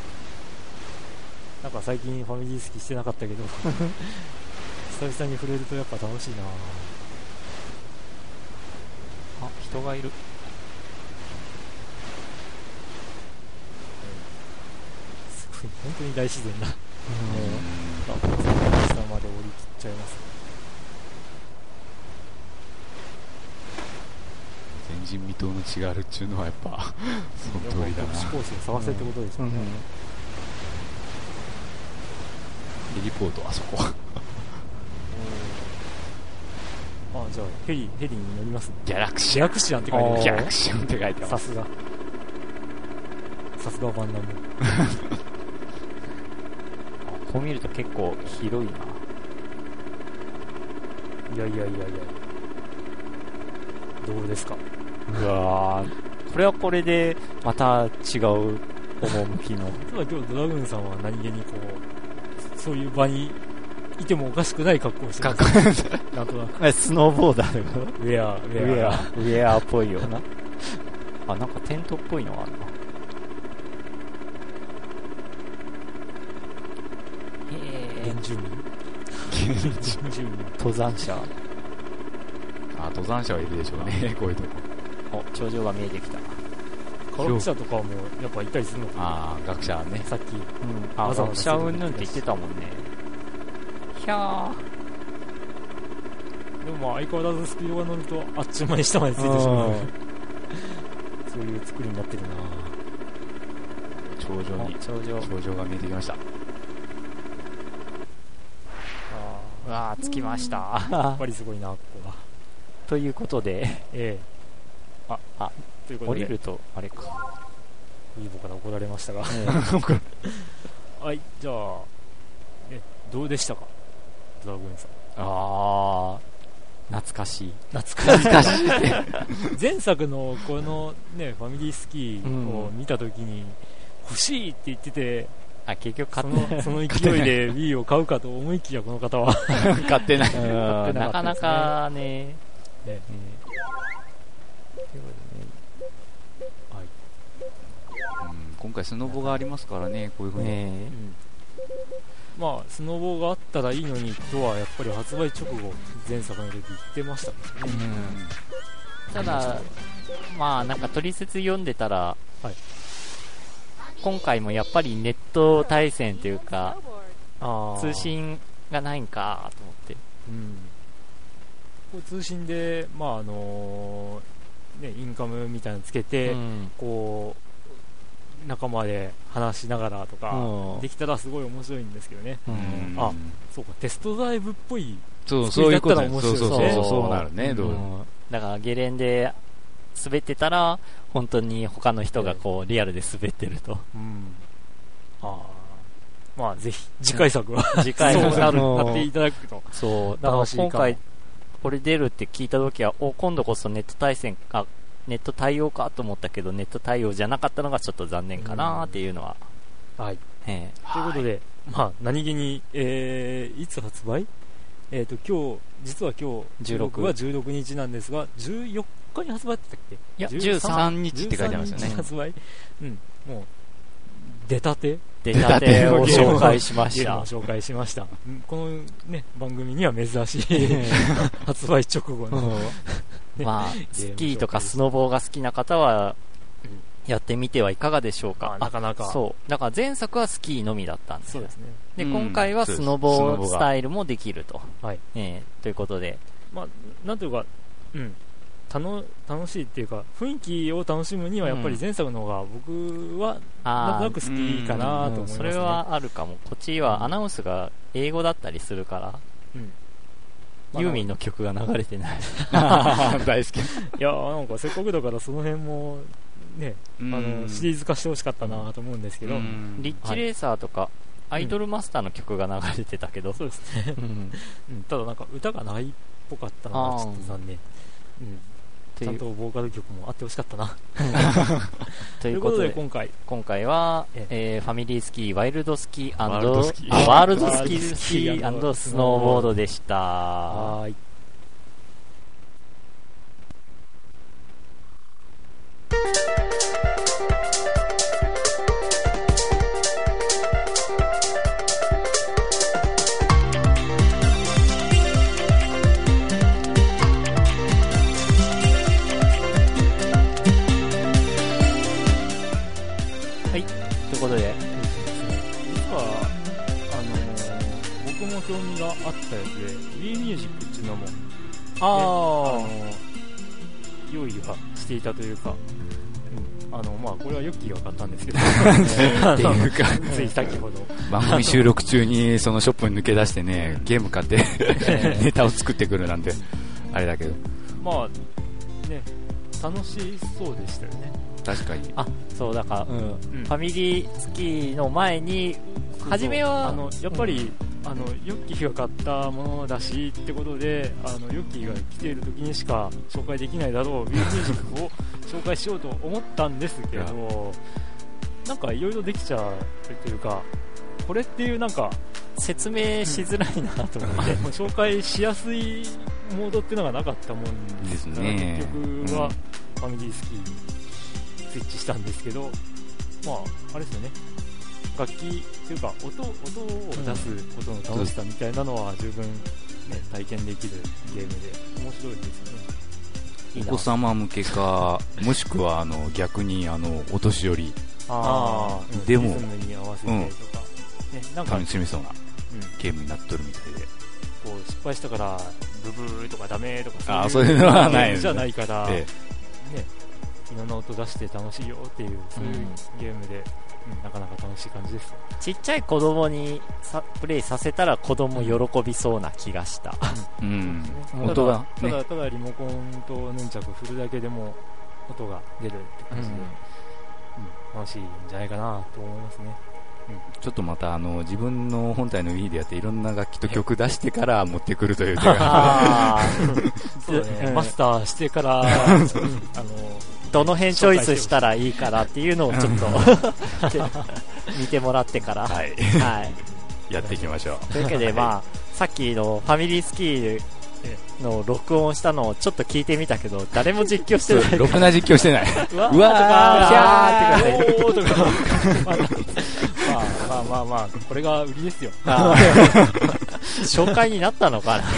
なんか最近ファミリー好きしてなかったけど久々に触れるとやっぱ楽しいな。 あ、人がいる。 本当に大自然な、うん、下まで降り切っちゃいます。 前人未到の地があるっていうのはやっぱその通りだな。 飛行士を探せってことですよね、うんうん、 ヘリポートあそこあ、 じゃあヘリヘリに乗りますね。 ギャラクシアンギャラクシアンって書いてある。 ギャラクシアンって書いてある。 さすがさすがバンダムこう見ると結構広いな。 いやいやいやいや、どうですか。 うわー、これはこれでまた違う趣のただ今日ドラグーンさんは何気にこうそういう場にいてもおかしくない格好をしてます。なんとなくスノーボーダーのウェアウェアウェアっぽいようなあ、なんかテントっぽいのがあるな。 原住民原住民登山者。 あ、登山者はいるでしょうねこういうとこ。 お、頂上が見えてきた。 科学者とかもやっぱいたりするのかな。 ああ、学者ね、 さっき、うん、 あ、学者うんぬんって言ってたもんね。ひゃー。 でもまあ相変わらずスピードが乗るとあっちゅう間に下までついてしまうそういう作りになってるな。 頂上に頂上頂上が見えてきました。 うわー、着きました。 やっぱりすごいなここは。 ということで、 ええ、 ああということで降りるとあれか、 ウィーボから怒られましたが、 ええ、はい、じゃあえどうでしたかドラグーンさん。 ああ、懐かしい懐かしい前作のこのねファミリースキーを見たときに、うん、欲しいって言ってて、 あ、結局買ってない。その勢いで Wii を買うかと思いきやこの方は買ってない。 なかなかね、ね、 うん、今回スノボがありますからね、こういうふうに、えーうん、まあスノボがあったらいいのにとはやっぱり発売直後前作の時言ってましたね、 うん、ただまあなんか取説読んでたら、はい、今回もやっぱりネット対戦というかあ通信がないんかと思って、うん、 こう通信でまああのー、ねインカムみたいなのつけて、うん、こう仲間で話しながらとか、うん、できたらすごい面白いんですけどね、うん、あそうかテストドライブっぽい作りだったら面白いですね。そうそうそうそうなるね、どう、うん、 だからゲレンで滑ってたら本当に他の人がこうリアルで滑ってると、うん、 あまあぜひ次回作は次回作なる買っていただくとそうだから今回これ出るって聞いた時はお今度こそネット対戦かネット対応かと思ったけどネット対応じゃなかったのがちょっと残念かなっていうのは、 うん、はい、えー、ということで、はい、まあ何気に、えー、いつ発売えっ、ー、と今日実は今日じゅうろくはじゅうろくにちなんですがじゅうよっかに発売って言ったっけ？ いやじゅうさんにちって書いてますよね。 発売、うん、もう出たて出たてを紹介しました。 紹介しました。このね番組には珍しい発売直後の、 ね、まあスキーとかスノボーが好きな方はやってみてはいかがでしょうか。 なかなかそうだから前作はスキーのみだったんです。 そうですね。 で今回はスノボースタイルもできると、はいえー、ということで、 まあなんというか、うん。楽, 楽しいっていうか雰囲気を楽しむにはやっぱり前作の方が僕はなんとなく好きかなと思いますね、うん、 それはあるかも。こっちはアナウンスが英語だったりするから、うんユーミンの曲が流れてない大好き。いやなんかせっかくだからその辺もねあのシリーズ化してほしかったなと思うんですけど、 リッチレーサーとか、はい、アイドルマスターの曲が流れてたけど、 うん、そうですね、うん、ただなんか歌がないっぽかったのがちょっと残念、うんちゃんとボーカル曲もあってほしかったなということで今回今回は、えー、ファミリースキーワイルドスキーワールドスキーワールドスキースキー&スノーボードでした。はーいということで、 実はあのー、僕も興味があったやつで Wii ミュージックっていうのも、ね、あ、あのー、用意はしていたというか、うん、あのまあこれはヨッキーが買ったんですけどっていうかつい先ほど番組収録中にそのショップに抜け出してねゲーム買ってネタを作ってくるなんてあれだけどまあね楽しそうでしたよね。 確かに。 あ、そうだから、うんうん、ファミリースキーの前に初めはあのやっぱり、うん、あのヨッキーが買ったものだしってことであのヨッキーが来ている時にしか紹介できないだろう Wii ミュージックを紹介しようと思ったんですけどなんかいろいろできちゃうというかこれっていうなんか説明しづらいなと思って、 うん、紹介しやすいモードっていうのがなかったもんですね。結局はファミリースキーにスイッチしたんですけど、まああれですよね。楽器というか音音を出すことの楽しさみたいなのは十分ね体験できるゲームで面白いですよね。 いいお子様向けかもしくはあの逆にあのお年寄りああでもリズムに合わせてとか、うん、ねなんか楽しみそうなゲームになっとるみたいで。 こう失敗したからブブーとかダメとかそういうのはないじゃないから、ええ、ねいろんな音出して楽しいよっていうそういうゲームで、うんうん、なかなか楽しい感じです。 ちっちゃい子供にさプレイさせたら子供喜びそうな気がした、 うん、 うん、音が、ただ、ね、ただただリモコンとヌンチャク振るだけでも音が出るって感じで、うんうん、楽しいんじゃないかなと思いますね。 ちょっとまたあの自分の本体の Wii でやっていろんな楽器と曲出してから持ってくるという手がそうね、マスターしてからあのどの辺チョイスしたらいいからっていうのをちょっと見てもらってから、はいはい、やっていきましょう。 というわけで、まあ、さっきのファミリースキーの録音したのをちょっと聞いてみたけど、誰も実況してない。 ろくな実況してない。 うわーとか、 キャーってください。まあまあまあ、これが売りですよ。 紹介になったのかな。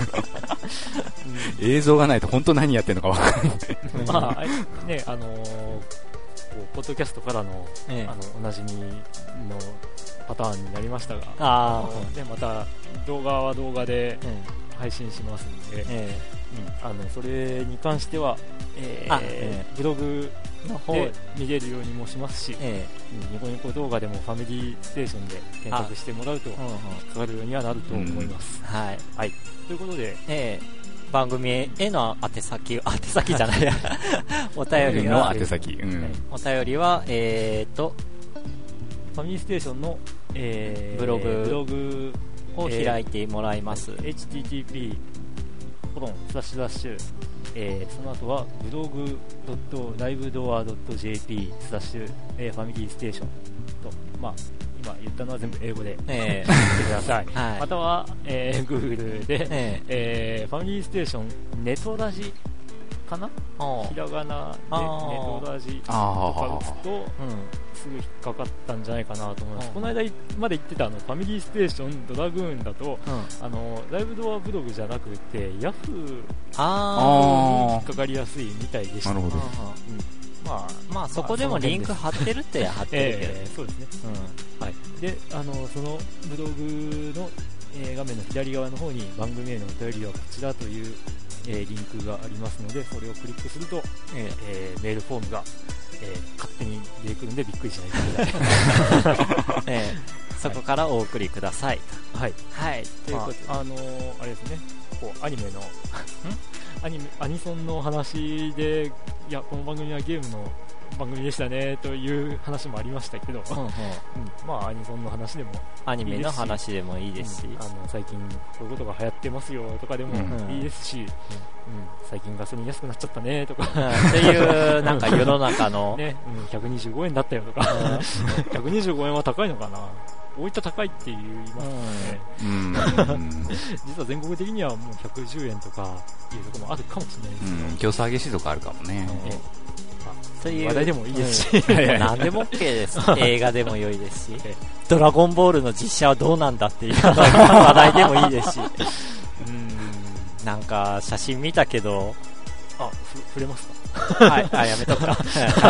映像がないと本当何やってるのか分からない。 まあ、ね、あのー、ポッドキャストからの、ええ、あの、おなじみのパターンになりましたが、ああね、また動画は動画で配信しますので、ええうん、あのそれに関しては、えーえー、ブログの方で見れるようにもしますし、ええうん、ニコニコ動画でもファミリーステーションで検索してもらうと引っかかるようにはなると思います。うん、はい、はい、ということで、えー番組への宛先、宛先じゃないやお便りの宛先、うん、 お便りは、えーと、 ファミリーステーションの、えー、 ブログ、 ブログを開いてもらいます。 えー、エイチティーティーピー コロンスラッシュスラッシュ、えー、その後はブログドットライブドアドットジェーピー スラッシュ、えー、ファミリーステーションと、まあ今言ったのは全部英語で言ってください、はい、または、えー、Google で、えーえー、ファミリーステーションネトラジかな、ひらがなでネトラジとか打つと、うん、すぐ引っかかったんじゃないかなと思います。この間まで言ってたあのファミリーステーションドラグーンだと、うん、あのライブドアブログじゃなくてヤフーに引っかかりやすいみたいでした。なるほど、うんまあ、まあそこでもリンク貼ってるって貼ってるけど、 えー、そうですね、うんはい、であのそのブログの、えー、画面の左側の方に番組へのお便りはこちらという、えー、リンクがありますので、それをクリックすると、えーえー、メールフォームが、えー、勝手に出てくるんでびっくりしないでください、 えー、そこからお送りください。 はい、 はい、ということで、 まあ、あのー、あれですね、こうアニメのアニメアニソンの話で、いやこの番組はゲームの番組でしたねという話もありましたけど、うんうんうん、まあアニソンの話でもいいですし、 アニメの話でもいいですし、 うん、あの最近こういうことが流行ってますよとかでもいいですし、うんうん、最近ガソリン安くなっちゃったねとか、 うん、っていうなんか世の中の、 ねうん、ひゃくにじゅうごえんだったよとかひゃくにじゅうごえんは高いのかな、大分高いって言いますね、うん、実は全国的にはもうひゃくじゅうえんとかいうところもあるかもしれないですけど、 うん、競争激しいとこあるかもね、 うんえそういう話題でもいいですし、 うん、何でも OK です映画でも良いですしドラゴンボールの実写はどうなんだっていう話題でもいいですしうんなんか写真見たけどあふ触れますかはい、あやめとくか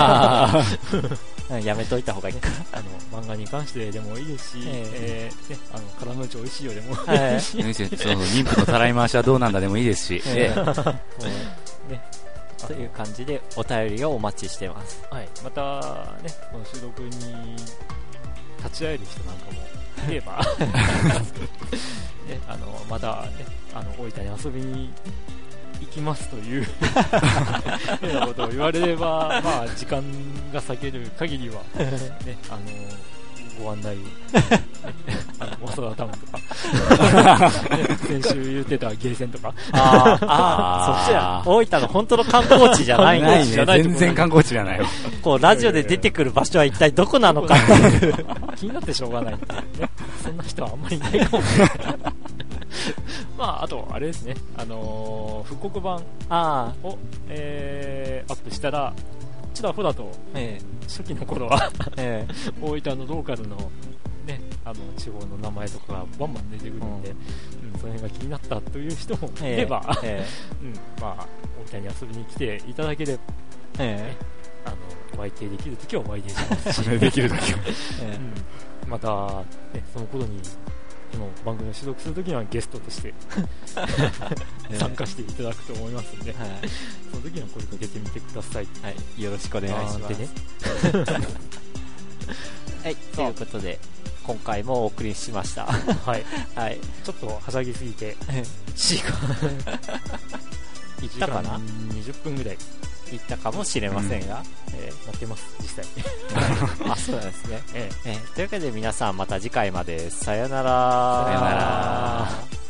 やめといた方がいいかあの漫画に関してでもいいですし、えーえーね、あのカラムーチョ美味しいよでもいいし、はい、 そう妊婦のたらい回しはどうなんだでもいいですし、えーねという感じでお便りをお待ちしてます、 はい、またねこの収録に立ち会える人なんかもいれば、ね、あのまた、ね、あの大分に遊びに行きますというようなことを言われれば、まあ、時間が割ける限りは、ね、あのご案内を、ね、あの早稲田タウンとか、ね、先週言ってたゲーセンとかああそっちは大分の本当の観光地じゃないんですね。全然観光地じゃないよ。 こうラジオで出てくる場所は一体どこなのかっていう気になってしょうがないっていうね、そんな人はあんまりいないかもしれないまあ、あとあれですね、あのー、復刻版を、えー、アップしたらちらほらと、えー、初期の頃は、えー、大分のローカルの、ね、あの地方の名前とかがバンバン出てくるんで、うんうん、その辺が気になったという人もいれば、えーうんまあ、大分に遊びに来ていただければ、えー、あのお相手できるときはお相手しますしできるときは、 えーうん、また、ね、その頃にこの番組を収録するときにはゲストとして参加していただくと思いますので、はい、その時には声かけてみてください、 はい、よろしくお願いします、ねはい、ということで今回もお送りしましたはい、はい、ちょっとはしゃぎすぎていちじかんいったかなにじゅっぷんぐらいいったかもしれませんが、うんえー、なってます実際あそうなんですね、 えええー、というわけで皆さんまた次回までさよならさよなら。